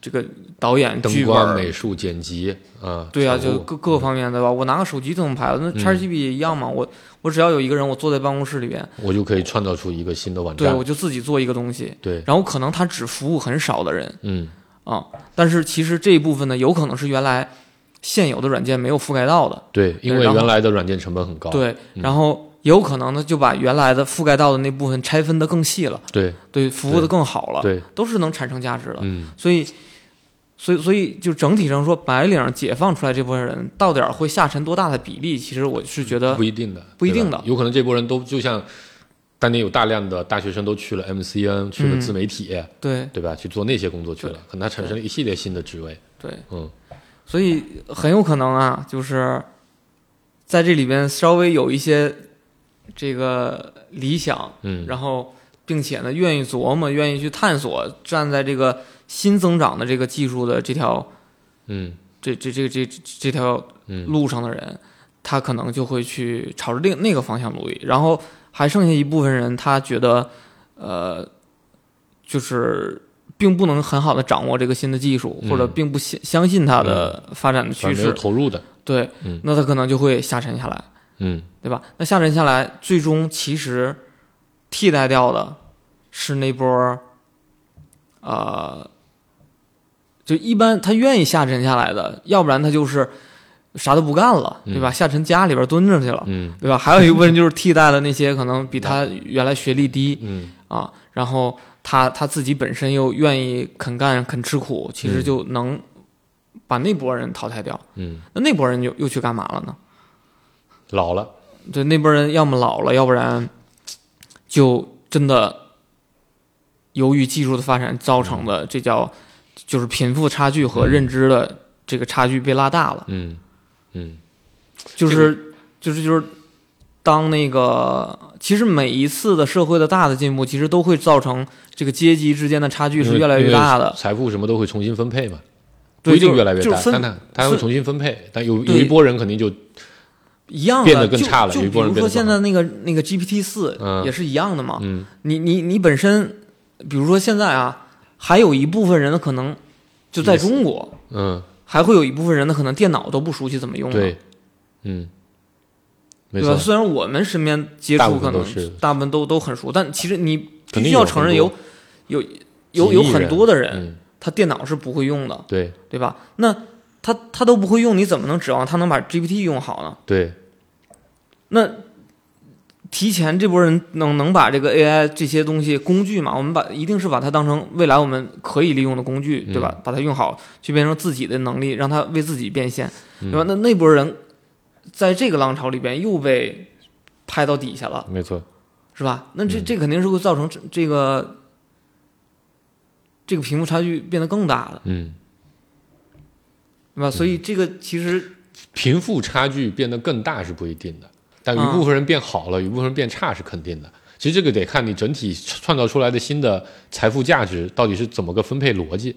这个导演、 灯剧光、 本、 美术、剪辑啊， 对啊， 财务就各各方面对吧？我拿个手机都能拍了，那 ChatGPT 也一样嘛。我我只要有一个人，我坐在办公室里边， 我就可以创造出一个新的网站。 对，我就自己做一个东西。 对， 然后可能他只服务很少的人， 嗯啊，但是其实这一部分呢，有可能是原来现有的软件没有覆盖到的。 对，因为然后原来的软件成本很高。 对， 嗯然后也有可能呢，就把原来的覆盖到的那部分拆分的更细了， 对对，服务的更好了， 对， 都是能产生价值的。 嗯， 所以，所以，所以就整体上说，白领解放出来这部分人，到底会下沉多大的比例？其实我是觉得不一定的， 不一定的， 有可能这波人都就像当年有大量的大学生都去了 M C N， 去了自媒体， 嗯、对对吧？去做那些工作去了，可能它产生了一系列新的职位。 对， 嗯， 所以很有可能啊，就是在这里边稍微有一些这个理想， 嗯， 然后并且呢，愿意琢磨，愿意去探索，站在这个新增长的这个技术的这条， 嗯， 这这这这这这条路上的人，嗯、他可能就会去朝着另那个方向努力，然后还剩下一部分人，他觉得，呃，就是并不能很好的掌握这个新的技术， 嗯、 或者并不相相信它的发展的趋势， 没有投入的， 对， 嗯， 那他可能就会下沉下来， 嗯， 对吧？那下沉下来，最终其实替代掉的是那波，呃，就一般他愿意下沉下来的，要不然他就是啥都不干了，对吧？ 嗯、 下沉家里边蹲着去了， 嗯， 对吧？还有一部分人就是替代了那些可能比他原来学历低， 嗯啊，然后他他自己本身又愿意肯干肯吃苦，其实就能把那波人淘汰掉。 嗯， 那那波人又又去干嘛了呢？ 老了， 对，那波人要么老了，要不然就真的由于技术的发展造成的，这叫就是贫富差距和认知的这个差距被拉大了。 嗯嗯， 就是就是就是当那个其实每一次的社会的大的进步，其实都会造成这个阶级之间的差距是越来越大的。 财富什么都会重新分配嘛， 不一定越来越大， 就是、 但它它会重新分配，但有有一波人肯定就。 一样的变得更差了， 就就比如说现在那个那个 G P T 四、嗯、也是一样的嘛。 嗯， 你你你本身，比如说现在啊，还有一部分人可能就在中国， 嗯， 还会有一部分人呢可能电脑都不熟悉怎么用。 对，嗯，没错。对吧？虽然我们身边接触可能大部分都都很熟，但其实你必须要承认有有有有很多的人、 嗯， 他电脑是不会用的， 对对吧？那他他都不会用，你怎么能指望他能把 G P T 用好呢？ 对， 那提前这波人能能把这个 A I 这些东西工具嘛，我们把一定是把它当成未来我们可以利用的工具，对吧？ 嗯、 把它用好，去变成自己的能力，让它为自己变现， 嗯、 对吧？那那波人在这个浪潮里边又被拍到底下了， 没错， 是吧？那这这肯定是会造成这个这个贫富差距变得更大的， 嗯。 对吧？所以这个其实贫富差距变得更大是不一定的，但有一部分人变好了，有、嗯、一部分人变差是肯定的。其实这个得看你整体创造出来的新的财富价值到底是怎么个分配逻辑。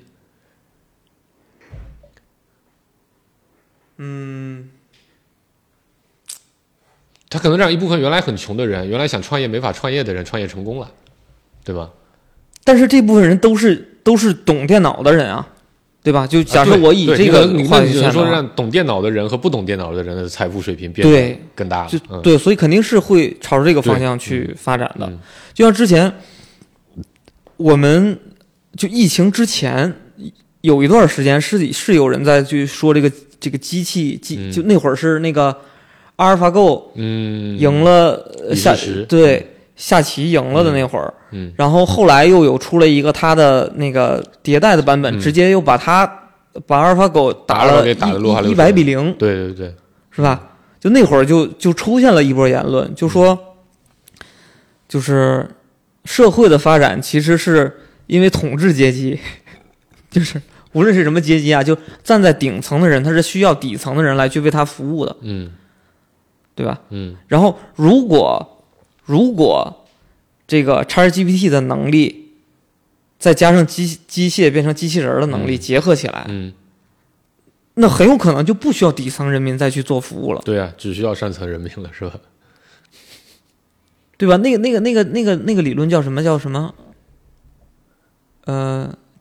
嗯， 他可能让一部分原来很穷的人，原来想创业没法创业的人创业成功了，对吧？ 但是这部分人都是都是懂电脑的人啊。对吧？就假设我以这个话语权说，让懂电脑的人和不懂电脑的人的财富水平变得更大了。 就对、嗯，所以肯定是会朝着这个方向去发展的。 嗯、 就像之前我们就疫情之前有一段时间是是有人在去说这个这个机器机、嗯，就那会儿是那个阿尔法狗嗯赢了下对。下棋赢了的那会儿、 嗯嗯， 然后后来又有出了一个他的那个迭代的版本， 嗯、 直接又把他把阿尔法狗打了一百比零， 对对对， 是吧？就那会儿就就出现了一波言论，就说就是社会的发展其实是因为统治阶级，就是无论是什么阶级啊，就站在顶层的人，他是需要底层的人来去为他服务的， 嗯， 对吧？ 嗯， 然后如果如果这个 ChatGPT 的能力再加上机机械变成机器人的能力、嗯、结合起来， 嗯， 那很有可能就不需要底层人民再去做服务了。 对啊，只需要上层人民了，是吧？ 对吧？那个那个那个那个那个理论叫什么？叫什么？呃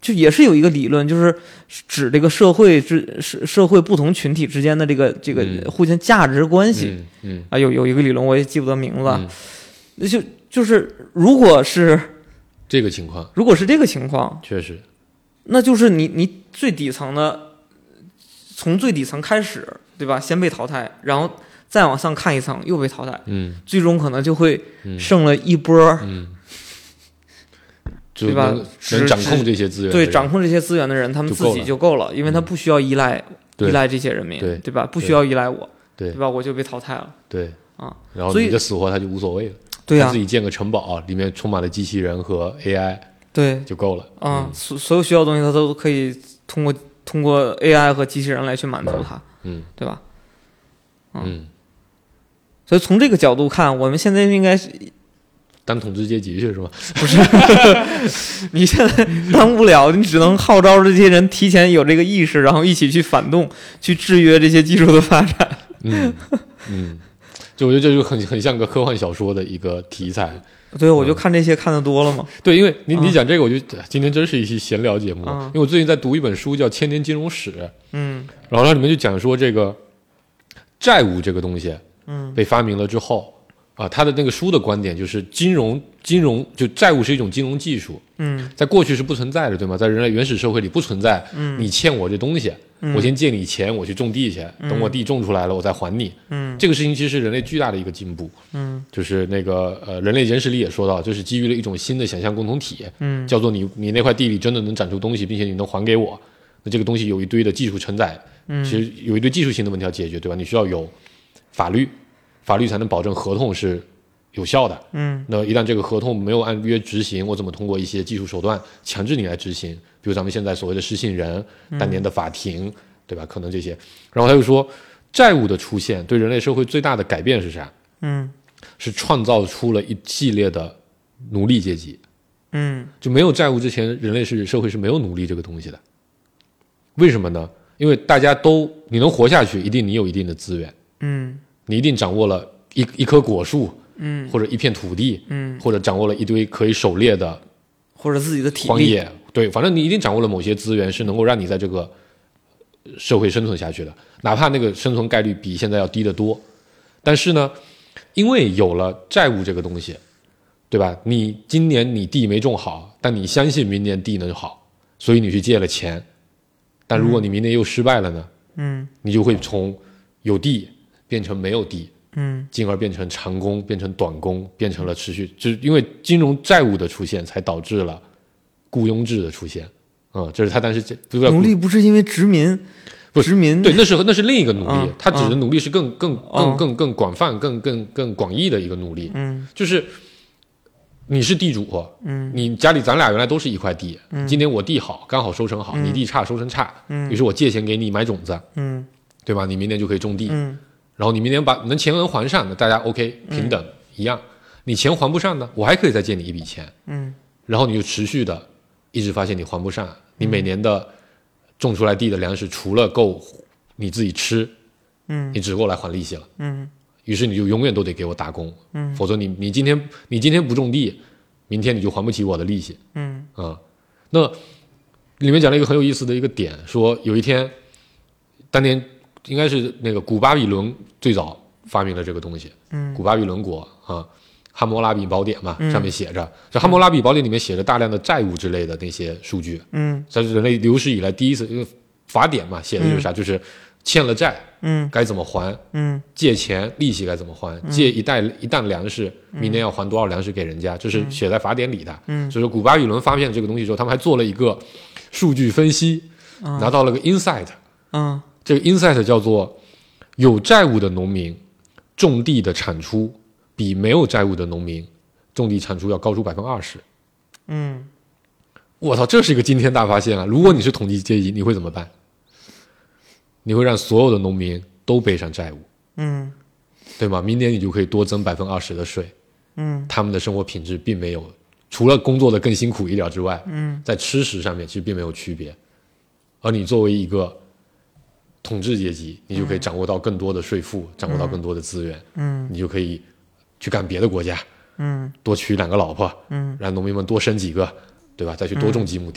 就也是有一个理论，就是指这个社会之社社会不同群体之间的这个这个互相价值关系。 嗯嗯啊，有有一个理论我也记不得名字， 嗯那就就是如果是这个情况， 如果是这个情况， 确实， 那就是你你最底层的，从最底层开始，对吧？先被淘汰，然后再往上看一层又被淘汰， 嗯， 最终可能就会嗯剩了一波， 嗯， 对吧？ 能能掌控这些资源， 对，掌控这些资源的人，他们自己就够了，因为他不需要依赖、 嗯、 依赖这些人民， 对对吧？不需要依赖我， 对对吧？我就被淘汰了， 对啊， 然后你的死活他就无所谓了， 对呀、啊， 自己建个城堡，里面充满了机器人和 A I， 对， 就够了啊、 嗯， 所所有需要的东西他都可以通过通过 A I 和机器人来去满足它， 嗯， 对吧？嗯， 嗯， 所以从这个角度看，我们现在应该是。 当统治阶级去是吧？ 不是，你现在当不了，你只能号召这些人提前有这个意识，然后一起去反动，去制约这些技术的发展。 嗯嗯，就我觉得这就很很像个科幻小说的一个题材。 对，我就看这些看得多了嘛。 对，因为你你嗯讲这个，我就今天真是一期闲聊节目， 嗯因为我最近在读一本书叫《千年金融史》， 嗯然后它里面就讲说这个债务这个东西， 嗯被发明了之后。啊，他的那个书的观点就是金融，金融就债务是一种金融技术， 嗯在过去是不存在的，对吗？在人类原始社会里不存在， 嗯你欠我这东西， 嗯我先借你钱，我去种地去，等我地种出来了，我再还你。 嗯这个事情其实是人类巨大的一个进步， 嗯就是那个呃，人类简史里也说到，这是基于了一种新的想象共同体， 嗯叫做你你那块地里真的能长出东西，并且你能还给我，那这个东西有一堆的技术承载， 嗯其实有一堆技术性的问题要解决，对吧？你需要有法律，法律才能保证合同是有效的。 嗯那一旦这个合同没有按约执行，我怎么通过一些技术手段强制你来执行？比如咱们现在所谓的失信人、当年的法庭，对吧？可能这些。然后他就说，债务的出现对人类社会最大的改变是啥？ 嗯是创造出了一系列的奴隶阶级。 嗯就没有债务之前，人类是社会是没有奴隶这个东西的。为什么呢？因为大家都你能活下去，一定你有一定的资源， 嗯你一定掌握了一一棵果树。 嗯或者一片土地， 嗯， 或者掌握了一堆可以狩猎的或者自己的体力， 荒野，对，反正你一定掌握了某些资源，是能够让你在这个社会生存下去的，哪怕那个生存概率比现在要低得多。但是呢，因为有了债务这个东西，对吧？你今年你地没种好，但你相信明年地能好，所以你去借了钱。但如果你明年又失败了呢？ 嗯你就会从有地变成没有地。 嗯进而变成长工，变成短工，变成了持续，就是因为金融债务的出现，才导致了雇佣制的出现。嗯，这是他当时不是奴隶不是因为殖民， 不殖民对，那是那是另一个奴隶， 嗯他指的奴隶是更更嗯更更更广泛、更更更广义的一个奴隶。 嗯就是你是地主， 嗯你家里咱俩原来都是一块地，今年我地好，刚好收成好，你地差收成差， 嗯于是我借钱给你买种子， 嗯对吧？你明年就可以种地。 嗯然后你明年把能钱能还上，那大家 OK 平等、一样。你钱还不上呢，我还可以再借你一笔钱， 嗯然后你就持续的一直发现你还不上，你每年的种出来地的粮食除了够你自己吃， 嗯你只够来还利息了。 嗯于是你就永远都得给我打工， 嗯否则你你今天你今天不种地，明天你就还不起我的利息嗯啊、那里面讲了一个很有意思的一个点，说有一天，当年应该是那个古巴比伦最早发明了这个东西， 嗯古巴比伦国啊，汉谟拉比宝典嘛， 嗯上面写着，这汉谟拉比宝典里面写着大量的债务之类的那些数据， 嗯这是人类有史以来第一次，因为法典嘛，写的就是啥，就是欠了债嗯该怎么还， 嗯借钱利息该怎么还，借一袋一担粮食，明年要还多少粮食给人家，这是写在法典里的。 嗯所以说古巴比伦发现这个东西之后，他们还做了一个数据分析，拿到了个 insight， 嗯这个 insight 叫做有债务的农民种地的产出比没有债务的农民种地产出要高出百分之二十。 嗯我操，这是一个惊天大发现啊！如果你是统计阶级，你会怎么办？你会让所有的农民都背上债务， 嗯对吗？明年你就可以多增百分之二十的税， 嗯他们的生活品质并没有，除了工作的更辛苦一点之外， 嗯在吃食上面其实并没有区别。而你作为一个统治阶级，你就可以掌握到更多的税赋，掌握到更多的资源， 嗯你就可以去干别的国家， 嗯多娶两个老婆， 嗯让农民们多生几个，对吧？再去多种几亩地，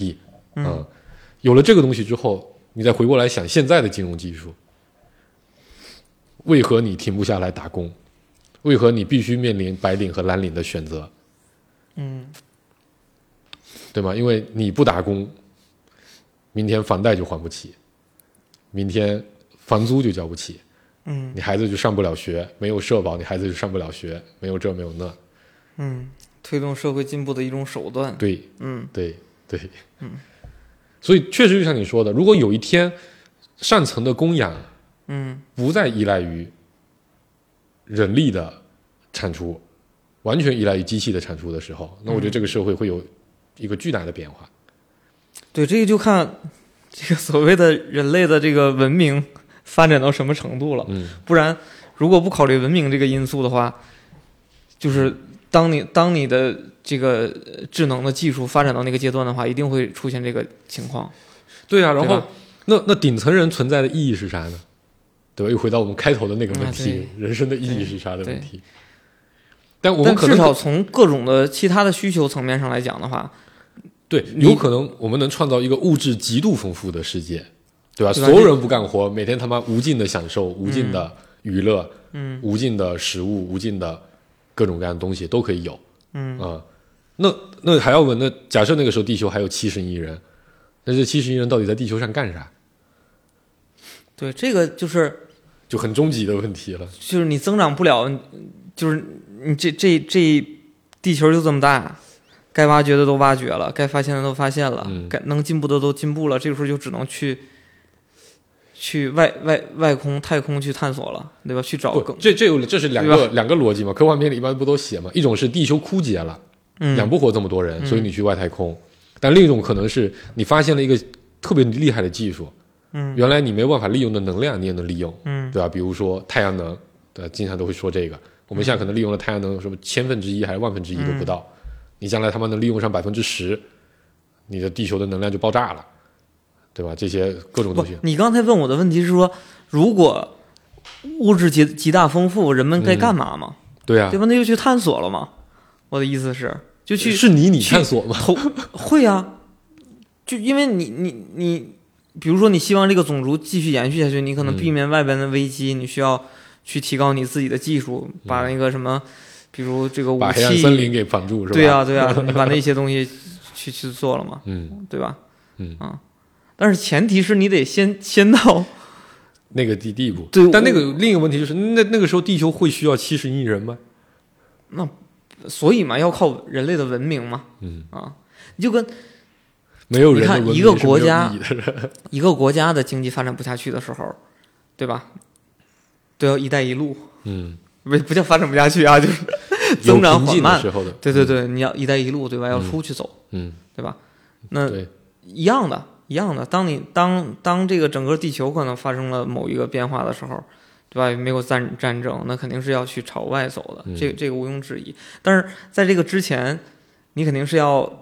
嗯、 呃，有了这个东西之后，你再回过来想现在的金融技术，为何你停不下来打工？为何你必须面临白领和蓝领的选择？ 嗯， 对吗？因为你不打工，明天房贷就还不起，明天房租就交不起， 嗯， 你孩子就上不了学，没有社保，你孩子就上不了学，没有这没有那。 嗯，推动社会进步的一种手段。 对， 嗯， 对对， 嗯， 所以确实就像你说的，如果有一天上层的供养， 嗯， 不再依赖于人力的产出，完全依赖于机器的产出的时候，那我觉得这个社会会有一个巨大的变化。 对，这个就看这个所谓的人类的这个文明发展到什么程度了。 嗯， 不然如果不考虑文明这个因素的话，就是当你当你的这个智能的技术发展到那个阶段的话，一定会出现这个情况。 对啊，然后对吧那那顶层人存在的意义是啥呢？对吧？又回到我们开头的那个问啊题， 对人生的意义是啥的问题。 对但我们但可能至少从各种的其他的需求层面上来讲的话， 对，有可能我们能创造一个物质极度丰富的世界，对吧？ 对吧所有人不干活，每天他妈无尽的享受，无尽的娱乐， 嗯， 无尽的食物，无尽的各种各样的东西都可以有， 嗯啊、那那还要问，那假设那个时候地球还有七十亿人，那这七十亿人到底在地球上干啥？ 对，这个就是就很终极的问题了。 就是你增长不了，就是你这这这地球就这么大，该挖掘的都挖掘了，该发现的都发现了， 嗯该能进步的都进步了，这个时候就只能去去外外外空太空去探索了，对吧？去找不更， 这这有这是两对个两个逻辑嘛？科幻片里一般不都写嘛？一种是地球枯竭了， 嗯养不活这么多人， 嗯所以你去外太空；但另一种可能是你发现了一个特别厉害的技术， 嗯原来你没有办法利用的能量，你也能利用， 嗯对吧？比如说太阳能，对吧，经常都会说这个。我们现在可能利用了太阳能什么千分之一还是万分之一都不到，你将来他妈能利用上百分之十，你的地球的能量就爆炸了，对吧？这些各种不东西，， 你刚才问我的问题是说，如果物质极极大丰富，人们该干嘛嘛？ 对啊对，吧？那就去探索了嘛。我的意思是，就去是你你去探索吗？ 投会啊，就因为你你你，比如说你希望这个种族继续延续下去，你可能避免外边的危机，你需要去提高你自己的技术，把那个什么，比如这个武把黑暗器， 森林给绑住是吧？ 对啊对啊，你把那些东西去去做了嘛， 嗯对吧？ 嗯啊，但是前提是你得先先到那个地地步。 对但那个另一个问题就是，那那个时候地球会需要七十亿人吗？ 所以嘛，要靠人类的文明嘛， 嗯啊，你就跟没有人的文明你看一个是没有国家意义的一个国家的经济发展不下去的时候，对吧？都要“一带一路”， 嗯， 不不叫发展不下去啊，就是有增长瓶颈的缓慢。 时候的， 对对对，你要“一带一路”，对吧？要嗯出去走， 嗯， 对吧？那对， 一样的，一样的。当你当当这个整个地球可能发生了某一个变化的时候，对吧？没有战战争，那肯定是要去朝外走的， 嗯这个这个毋庸置疑。但是在这个之前，你肯定是要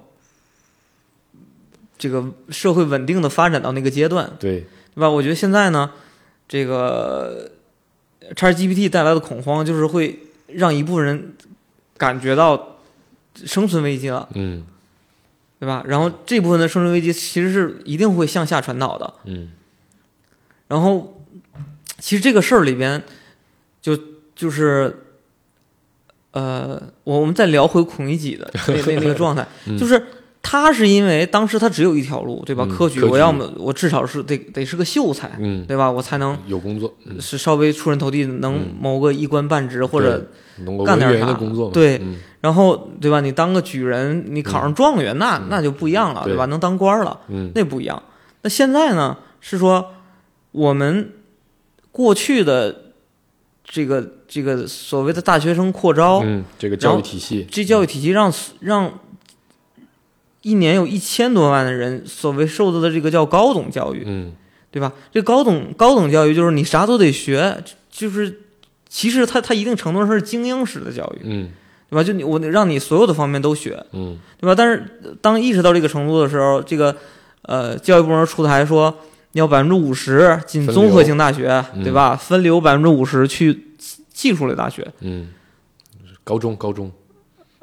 这个社会稳定的发展到那个阶段， 对， 对吧？我觉得现在呢，这个 ChatGPT 带来的恐慌，就是会让一部分人感觉到生存危机了， 嗯对吧？然后这部分的生存危机其实是一定会向下传导的。 嗯然后，其实这个事儿里边，就就是，呃，我们再聊回孔乙己的那那那个状态， 嗯就是他是因为当时他只有一条路，对吧？ 嗯科举， 科举我要么我至少是得得是个秀才， 嗯， 对吧？我才能有工作，嗯， 是稍微出人头地，能嗯谋个一官半职或者能够文干点啥员的工作嘛， 对嗯然后对吧？你当个举人，你考上状元，那那就不一样了， 对对吧？能当官了， 嗯那不一样。那现在呢，是说我们过去的这个这个所谓的大学生扩招， 嗯，这个然后教育体系， 这教育体系让让一年有一千多万的人所谓受到的这个叫高等教育， 嗯对吧？这高等高等教育就是你啥都得学，就是其实它它一定程度上是精英式的教育， 嗯对吧？就你我让你所有的方面都学， 嗯对吧？但是当意识到这个程度的时候，这个呃教育部门出台说要百分之五十进分流综合性大学， 嗯对吧？分流百分之五十去技术类大学， 嗯，高中高中，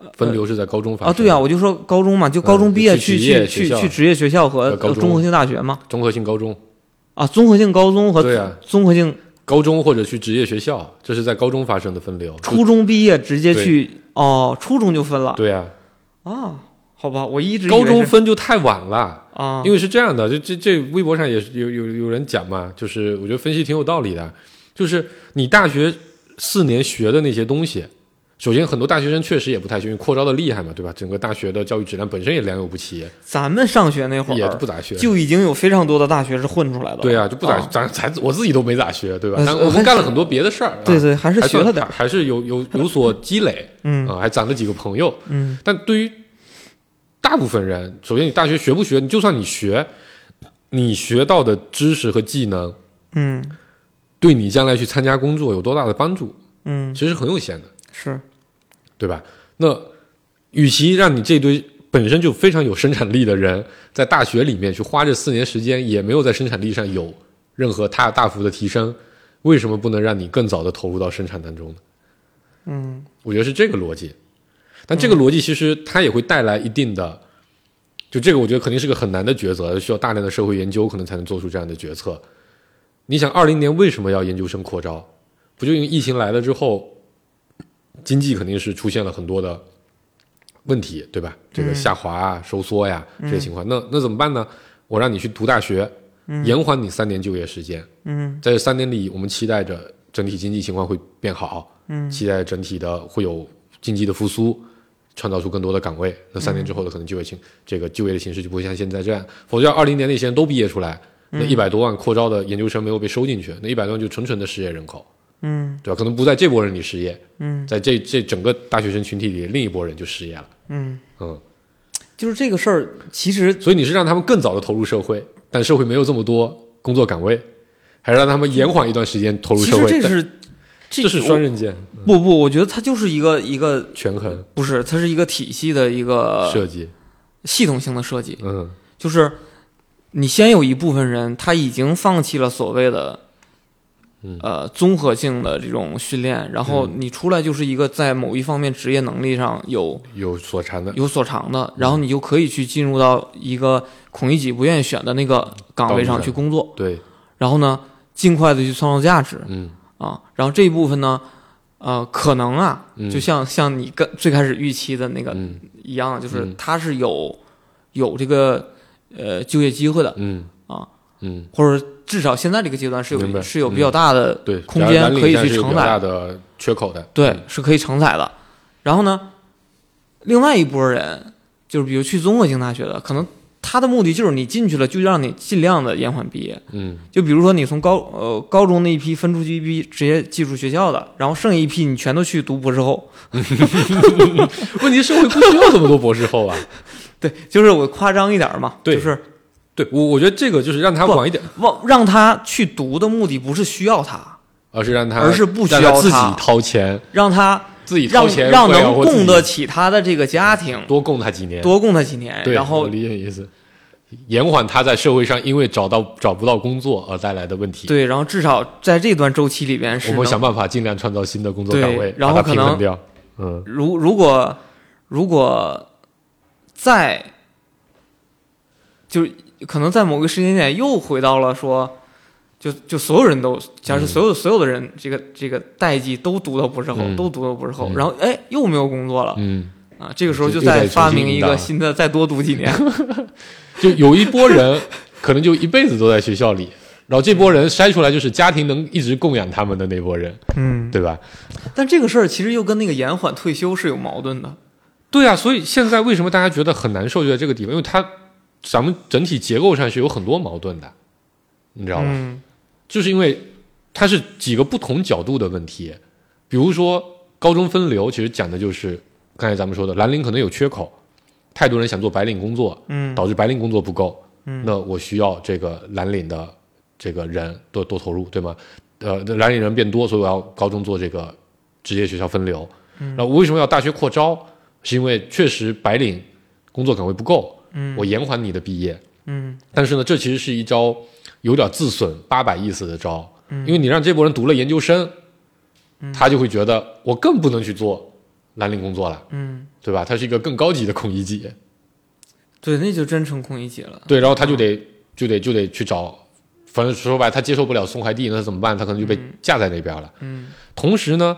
分流是在高中发生啊，对啊，我就说高中嘛，就高中毕业嗯、 去去去去去职业学校和综合性大学嘛， 综合性高中啊，综合性高中和对啊， 综合性高中或者去职业学校，这是在高中发生的分流。 初中毕业直接去哦，初中就分了。 对啊， 啊，好吧，我一直高中分就太晚了啊， 因为是这样的，这这这微博上也是有有有人讲嘛，就是我觉得分析挺有道理的，就是你大学四年学的那些东西。首先，很多大学生确实也不太学，因为扩招的厉害嘛，对吧？整个大学的教育质量本身也良莠不齐。 咱们上学那会儿也不咋学， 就已经有非常多的大学是混出来的。 对啊，就不咋， 啊、 咱咱我自己都没咋学，对吧？ 呃、 但我们干了很多别的事儿。 对对，还是学了点， 还是有有有所积累。 嗯啊，还攒了几个朋友。 嗯， 但对于大部分人，首先你大学学不学，你就算你学，你学到的知识和技能， 嗯， 对你将来去参加工作有多大的帮助？ 嗯， 其实很有限的。 是。 对吧？那与其让你这堆本身就非常有生产力的人在大学里面去花这四年时间，也没有在生产力上有任何大大幅的提升，为什么不能让你更早的投入到生产当中呢？ 嗯， 我觉得是这个逻辑。但这个逻辑其实它也会带来一定的，就这个我觉得肯定是个很难的抉择，需要大量的社会研究可能才能做出这样的决策。你想二零年为什么要研究生扩招？不就因为疫情来了之后，经济肯定是出现了很多的问题，对吧？这个下滑啊、收缩呀这些情况，那那怎么办呢？我让你去读大学，延缓你三年就业时间。嗯，在这三年里，我们期待着整体经济情况会变好，嗯，期待整体的会有经济的复苏，创造出更多的岗位。那三年之后的可能就业形这个就业的形势就不会像现在这样，否则二零年那些人都毕业出来，那一百多万扩招的研究生没有被收进去，那一百多万就纯纯的失业人口。 嗯， 对吧？可能不在这波人里失业， 嗯， 在这这整个大学生群体里，另一波人就失业了， 嗯嗯， 就是这个事儿，其实， 所以你是让他们更早的投入社会，但社会没有这么多工作岗位，还是让他们延缓一段时间投入社会？ 其实这是这, 这是双刃剑。 不不，我觉得它就是一个一个权衡， 不是，它是一个体系的一个设计， 系统性的设计。 嗯， 就是你先有一部分人，他已经放弃了所谓的。呃，综合性的这种训练，然后你出来就是一个在某一方面职业能力上有有所长的， 有所长的，然后你就可以去进入到一个孔乙己不愿意选的那个岗位上去工作。 对， 然后呢，尽快的去创造价值。 嗯啊，然后这一部分呢，呃，可能啊， 嗯、 就像像你跟最开始预期的那个一样， 嗯、 就是它是有有这个呃就业机会的。 嗯啊。 嗯， 或者至少现在这个阶段是有是有比较大的对空间可以去承载大的缺口的， 对， 嗯、 是可以承载的。然后呢，另外一波人就是比如去综合性大学的，可能他的目的就是你进去了就让你尽量的延缓毕业。 嗯， 就比如说你从高呃高中那一批分出去一批职业技术学校的，然后剩一批你全都去读博士后。 问题社会不需要这么多博士后啊。 对，就是我夸张一点嘛， 对， 就是。 对，我我觉得这个就是让他晚一点， 往让他去读的目的不是需要他， 而是让他， 而是不需要他自己掏钱， 让他自己掏钱， 让让能供得起他的这个家庭， 多供他几年， 多供他几年， 对， 然后我理解意思，延缓他在社会上因为找到找不到工作而带来的问题。 对，然后至少在这段周期里边是我们想办法尽量创造新的工作岗位， 然后可能掉。嗯， 如如果如果在就。可能在某个时间点又回到了说，就就所有人都，假设所有、嗯、所有的人，这个这个代际都读到博士后，嗯、都读到博士后， 嗯、 然后哎又没有工作了， 嗯啊，这个时候就再发明一个新的，再多读几年， 就有一波人可能就一辈子都在学校里，然后这波人筛出来就是家庭能一直供养他们的那波人， 嗯， 对吧？ 但这个事儿其实又跟那个延缓退休是有矛盾的， 对啊，所以现在为什么大家觉得很难受就在这个地方，因为它。咱们整体结构上是有很多矛盾的，你知道吧？ 嗯、 就是因为它是几个不同角度的问题。比如说高中分流，其实讲的就是刚才咱们说的，蓝领可能有缺口，太多人想做白领工作， 嗯， 导致白领工作不够， 嗯， 那我需要这个蓝领的这个人多多投入，对吗？呃，蓝领人变多，所以我要高中做这个职业学校分流。 嗯， 那我为什么要大学扩招？是因为确实白领工作岗位不够。 嗯， 我延缓你的毕业， 嗯， 但是呢，这其实是一招有点自损八百意思的招， 嗯， 因为你让这波人读了研究生， 嗯， 他就会觉得我更不能去做蓝领工作了， 嗯， 对吧？他是一个更高级的孔乙己， 对，那就真成孔乙己了。 对，然后他就得、嗯、就得就得去找，反正说白了，他接受不了送快递，那怎么办？他可能就被架在那边了。 嗯， 同时呢，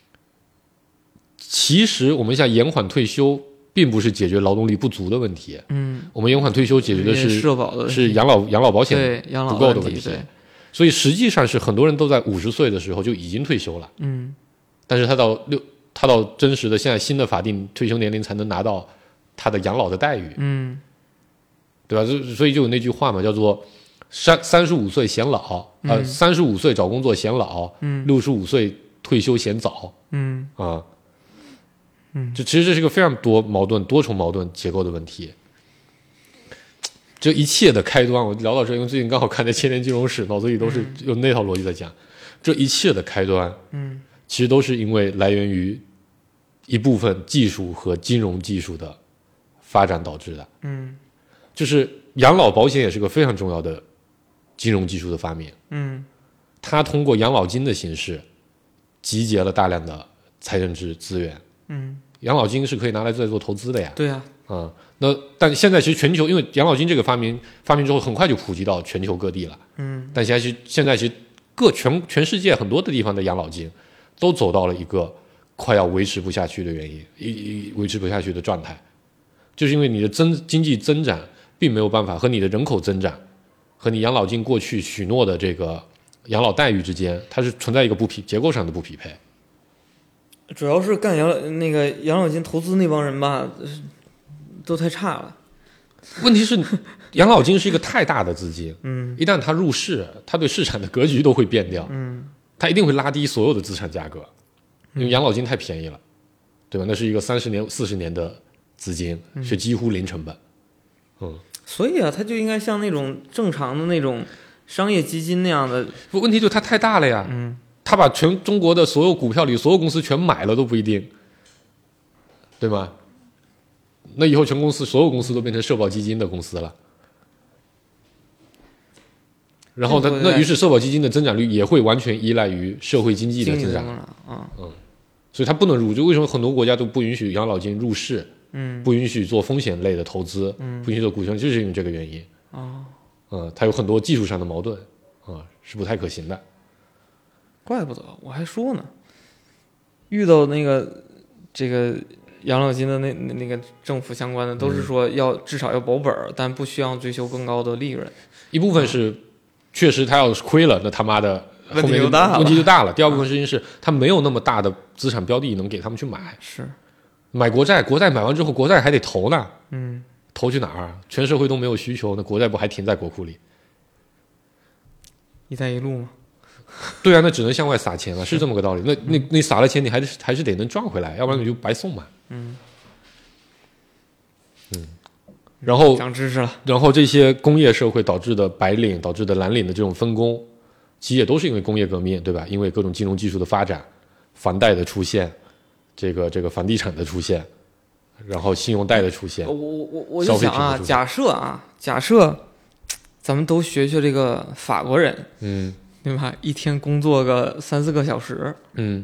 其实我们像延缓退休，并不是解决劳动力不足的问题。 嗯， 我们延缓退休解决的是社保的是养老养老保险对养老不够的问题。 对， 所以实际上是很多人都在五十岁的时候就已经退休了。 嗯， 但是他到六他到真实的现在新的法定退休年龄才能拿到他的养老的待遇。 嗯， 对吧？所以就有那句话嘛，叫做三三十五岁显老，呃，三十五岁找工作显老， 嗯， 六十五岁退休显早。 嗯啊， 嗯， 这其实这是一个非常多矛盾、多重矛盾结构的问题。这一切的开端，我聊到这，因为最近刚好看的《千年金融史》，脑子里都是用那套逻辑在讲。这一切的开端， 嗯， 其实都是因为来源于一部分技术和金融技术的发展导致的。 嗯， 就是养老保险也是个非常重要的金融技术的发明。 嗯，它通过养老金的形式集结了大量的财政制资源。 嗯， 养老金是可以拿来再做投资的呀。 对呀。 啊、嗯，那但现在其实全球，因为养老金这个发明发明之后，很快就普及到全球各地了。 嗯， 但现在其实现在其实各全全世界很多的地方的养老金都走到了一个快要维持不下去的原因，一维持不下去的状态，就是因为你的增经济增长并没有办法和你的人口增长和你养老金过去许诺的这个养老待遇之间，它是存在一个不匹结构上的不匹配。 主要是干养老那个养老金投资那帮人吧，都太差了。 问题是，养老金是一个太大的资金， 嗯， 一旦它入市，它对市场的格局都会变掉， 嗯， 它一定会拉低所有的资产价格，因为养老金太便宜了，对吧？那是一个三十年、四十年的资金，是几乎零成本，嗯， 所以啊，它就应该像那种正常的那种商业基金那样的。 不，问题就是它太大了呀， 嗯， 它把全中国的所有股票里所有公司全买了都不一定，对吗？那以后全公司所有公司都变成社保基金的公司了，然后它那于是社保基金的增长率也会完全依赖于社会经济的增长啊， 嗯，所以它不能入。就为什么很多国家都不允许养老金入市， 嗯， 不允许做风险类的投资， 嗯， 不允许做股权，就是因为这个原因啊， 嗯，它有很多技术上的矛盾啊，是不太可行的。 怪不得我还说呢，遇到那个这个。养老金的那那那个政府相关的都是说要至少要保本儿，但不需要追求更高的利润。 一部分是确实他要是亏了，那他妈的问题就大了， 问题就大了。第二部分事情是他没有那么大的资产标的能给他们去买， 是买国债，国债买完之后国债还得投呢， 嗯， 投去哪儿？全社会都没有需求，那国债不还停在国库里？ 一带一路吗？ 对啊，那只能向外撒钱了，是这么个道理。那那你撒了钱，你还是还是得能赚回来，要不然你就白送嘛。 嗯嗯，然后长知识了。 然后这些工业社会导致的白领、导致的蓝领的这种分工，其实也都是因为工业革命，对吧？因为各种金融技术的发展，房贷的出现，这个这个房地产的出现，然后信用贷的出现。 我我我我就想啊，假设啊，假设咱们都学学这个法国人， 嗯。 对吧？一天工作个三四个小时， 嗯，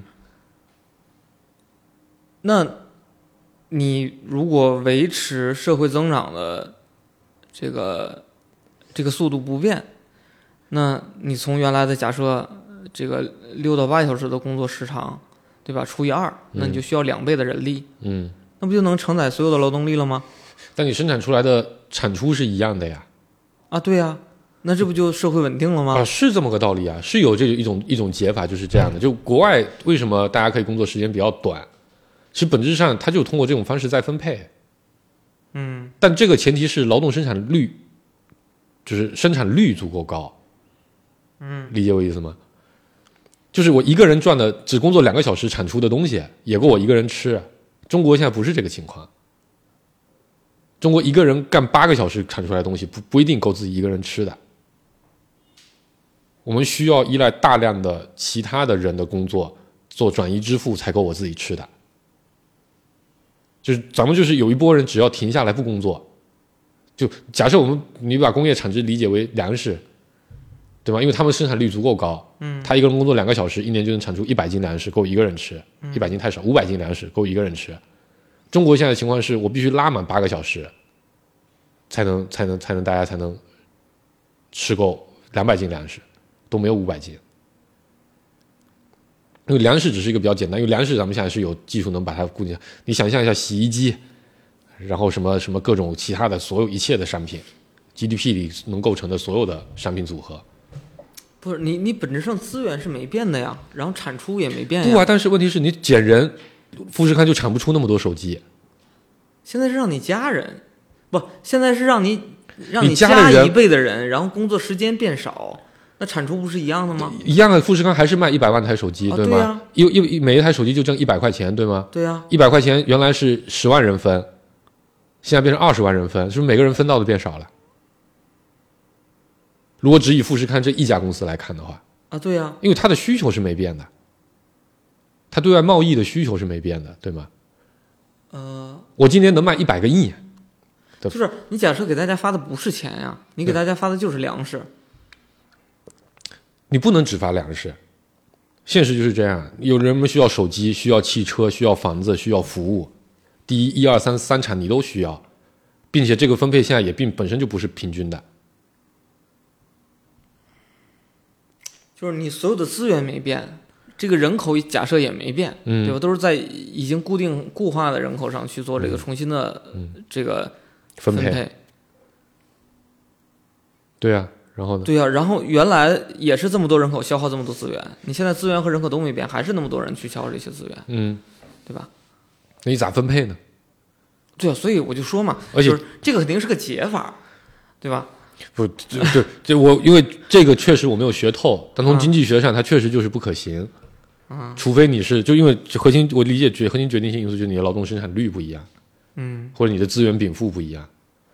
那你如果维持社会增长的这个这个速度不变，那你从原来的假设这个六到八小时的工作时长，对吧？除以二，那你就需要两倍的人力， 嗯， 那不就能承载所有的劳动力了吗？ 但你生产出来的产出是一样的呀。 啊，对呀。那这不就社会稳定了吗？ 啊，是这么个道理啊，是有这一种一种解法，就是这样的。就国外为什么大家可以工作时间比较短，其实本质上它就通过这种方式再分配。 嗯， 但这个前提是劳动生产率，就是生产率足够高。 嗯， 理解我意思吗？就是我一个人赚的只工作两个小时产出的东西，也够我一个人吃。中国现在不是这个情况。中国一个人干八个小时产出来的东西，不不一定够自己一个人吃的。我们需要依赖大量的其他的人的工作做转移支付，才够我自己吃的。就是咱们就是有一波人，只要停下来不工作，就假设我们你把工业产值理解为粮食， 对吧？因为他们生产率足够高，嗯，他一个人工作两个小时，一年就能产出一百斤粮食，够一个人吃。一百斤太少，五百斤粮食够一个人吃。中国现在的情况是我必须拉满八个小时，才能才能才能大家才能吃够两百斤粮食，都没有五百斤。因为粮食只是一个比较简单，因为粮食咱们现在是有技术能把它固定。你想象一下，洗衣机，然后什么什么各种其他的所有一切的商品 ，G D P 里能构成的所有的商品组合。 不是你，你本质上资源是没变的呀，然后产出也没变呀。 不啊，但是问题是你减人，富士康就产不出那么多手机。 现在是让你加人，不，现在是让你让你加加一倍的人，然后工作时间变少，那产出不是一样的吗？ 一样的，富士康还是卖一百万台手机， 啊、 对吗？ 对呀、 一一每一台手机就挣一百块钱，对吗？ 对呀、啊， 一百块钱原来是十万人分，现在变成二十万人分，是不是每个人分到的变少了？如果只以富士康这一家公司来看的话， 啊，对呀、啊， 因为它的需求是没变的，它对外贸易的需求是没变的，对吗？ 呃， 我今年能卖一百个亿， 就是你假设给大家发的不是钱呀，你给大家发的就是粮食， 你不能只发粮食，现实就是这样。有人们需要手机，需要汽车，需要房子，需要服务，第一、一二三三产你都需要，并且这个分配现在也并本身就不是平均的。 就是你所有的资源没变，这个人口假设也没变， 嗯， 对吧？都是在已经固定固化的人口上去做这个重新的这个分配。 分配对啊，然后呢？ 对啊，然后原来也是这么多人口消耗这么多资源，你现在资源和人口都没变，还是那么多人去消耗这些资源， 嗯， 对吧？ 那你咋分配呢？ 对啊，所以我就说嘛， 而且就是这个肯定是个解法，对吧？ 不，这这这我因为这个确实我没有学透，但从经济学上它确实就是不可行。嗯，除非你是就因为核心我理解决核心决定性因素就是你的劳动生产率不一样， 嗯， 或者你的资源禀赋不一样。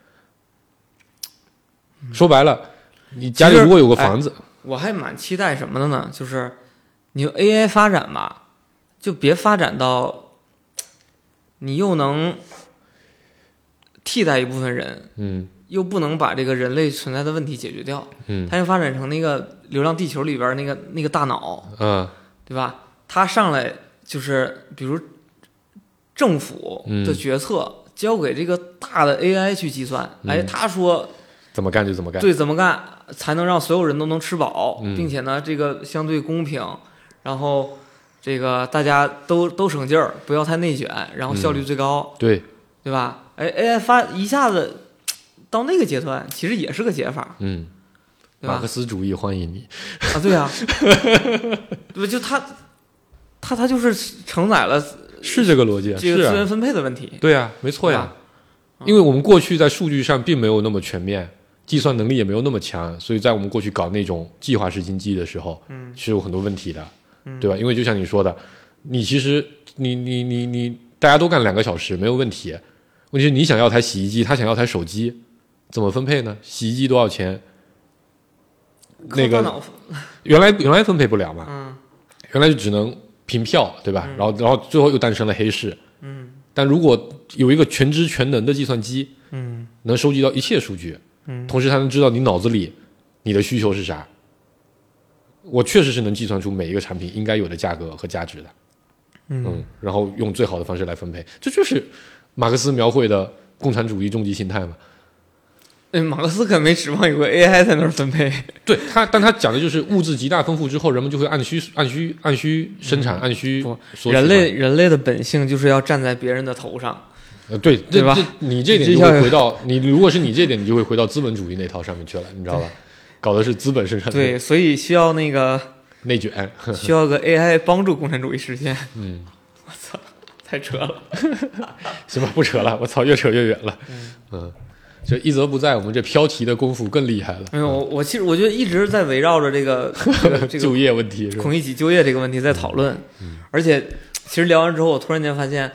说白了，你家里如果有个房子， 哎、我还蛮期待什么的呢？就是你 A I 发展吧，就别发展到你又能替代一部分人， 嗯， 又不能把这个人类存在的问题解决掉， 嗯， 它就发展成那个《流浪地球》里边那个那个大脑， 嗯， 对吧？它上来就是比如政府的决策、嗯、交给这个大的 A I 去计算，嗯、哎，他说。 怎么干就怎么干， 对，怎么干才能让所有人都能吃饱， 嗯、 并且呢，这个相对公平，然后这个大家都都省劲儿，不要太内卷，然后效率最高， 嗯、对对吧？哎 ，A I 发一下子到那个阶段，其实也是个解法， 嗯， 对吧？ 马克思主义欢迎你啊，对啊，对，就他他他就是承载了是这个逻辑， 这个资源分配的问题， 啊对啊，没错呀，因为我们过去在数据上并没有那么全面。计算能力也没有那么强，所以在我们过去搞那种计划式经济的时候，嗯，是有很多问题的，嗯，对吧？因为就像你说的，你其实你你你你大家都干两个小时没有问题，问题是你想要台洗衣机，他想要台手机，怎么分配呢？洗衣机多少钱？那个原来原来分配不了嘛，嗯，原来就只能凭票，对吧？嗯、然后然后最后又诞生了黑市，嗯，但如果有一个全知全能的计算机，嗯，能收集到一切数据。嗯，同时他能知道你脑子里你的需求是啥，我确实是能计算出每一个产品应该有的价格和价值的，嗯，嗯然后用最好的方式来分配，这就是马克思描绘的共产主义终极形态嘛。 嗯，马克思可没指望有个 A I 在那儿分配， 对他，但他讲的就是物质极大丰富之后，人们就会按需按需按需生产，嗯、按需人类人类的本性就是要站在别人的头上。 呃，对， 对吧？ 你这点就会回到你，如果是你这点，你就会回到资本主义那套上面去了，你知道吧？搞的是资本生产。 对，所以需要那个内卷， 需要个 A I 帮助共产主义实现。 嗯， 我操，太扯了。 行吧，不扯了，我操，越扯越远了。嗯，嗯这一则不在，我们这标题的功夫更厉害了。 没有，我我其实我觉得一直在围绕着这个这个这个就业问题， 孔乙己就业这个问题在讨论。嗯，而且其实聊完之后，我突然间发现。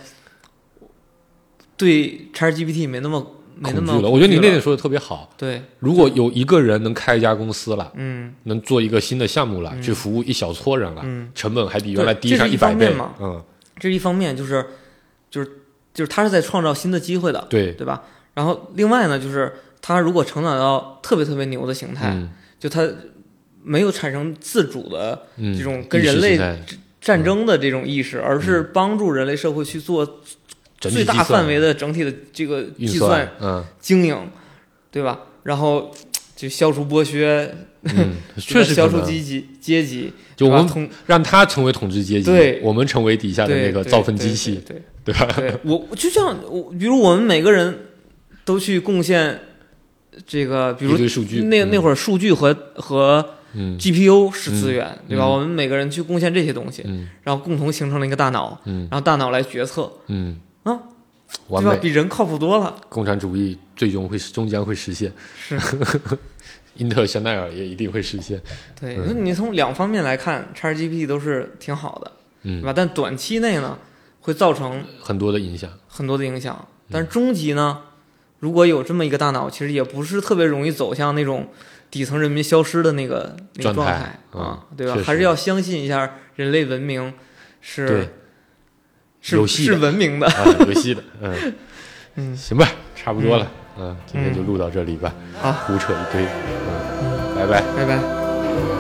对 ChatGPT 没那么没那么恐惧了，我觉得你那点说的特别好。 对， 如果有一个人能开一家公司了， 嗯， 能做一个新的项目了，嗯、去服务一小撮人了， 嗯， 成本还比原来低上一百倍嘛。嗯， 这是一方面，就是就是就是他是在创造新的机会的， 对对吧？然后另外呢，就是他如果成长到特别特别牛的形态， 嗯、 就他没有产生自主的嗯这种跟人类意识形态战争的这种意识，而是帮助人类社会去做整体最大计算范围的整体的这个运计算嗯经营，对吧？然后就消除剥削， 嗯，确实消可能除阶级阶级， 就我们对吧统让他成为统治阶级， 对我们成为底下的那个对造粪机器， 对对吧？ 对，对我就像我，比如我们每个人都去贡献这个，比如一堆数据嗯那那会儿数据和和嗯 G P U 是资源， 嗯对吧？ 嗯我们每个人去贡献这些东西， 嗯然后共同形成了一个大脑， 嗯然后大脑来决策， 嗯啊，对吧？ 完美， 比人靠谱多了。 共产主义最终会终将会实现， 是， 英特尔、香奈儿也一定会实现。 对，你从两方面来看，XGP 都是挺好的， 嗯对吧？但短期内呢，会造成很多的影响。 很多的影响。但是中级呢，如果有这么一个大脑，其实也不是特别容易走向那种底层人民消失的那个那个状态状态啊，对吧确？实还是要相信一下人类文明是对是游戏的是文明的。 啊，游戏的，嗯嗯行吧，差不多了，嗯，今天就录到这里吧， 好， 胡扯一堆，嗯，拜拜。 拜拜。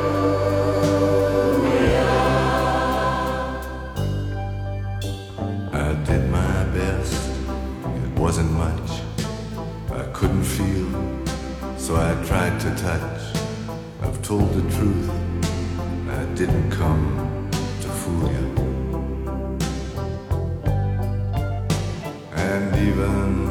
I did my best, it wasn't much. I couldn't feel, so I tried to touch. I've told the truth, I didn't come to fool you. And even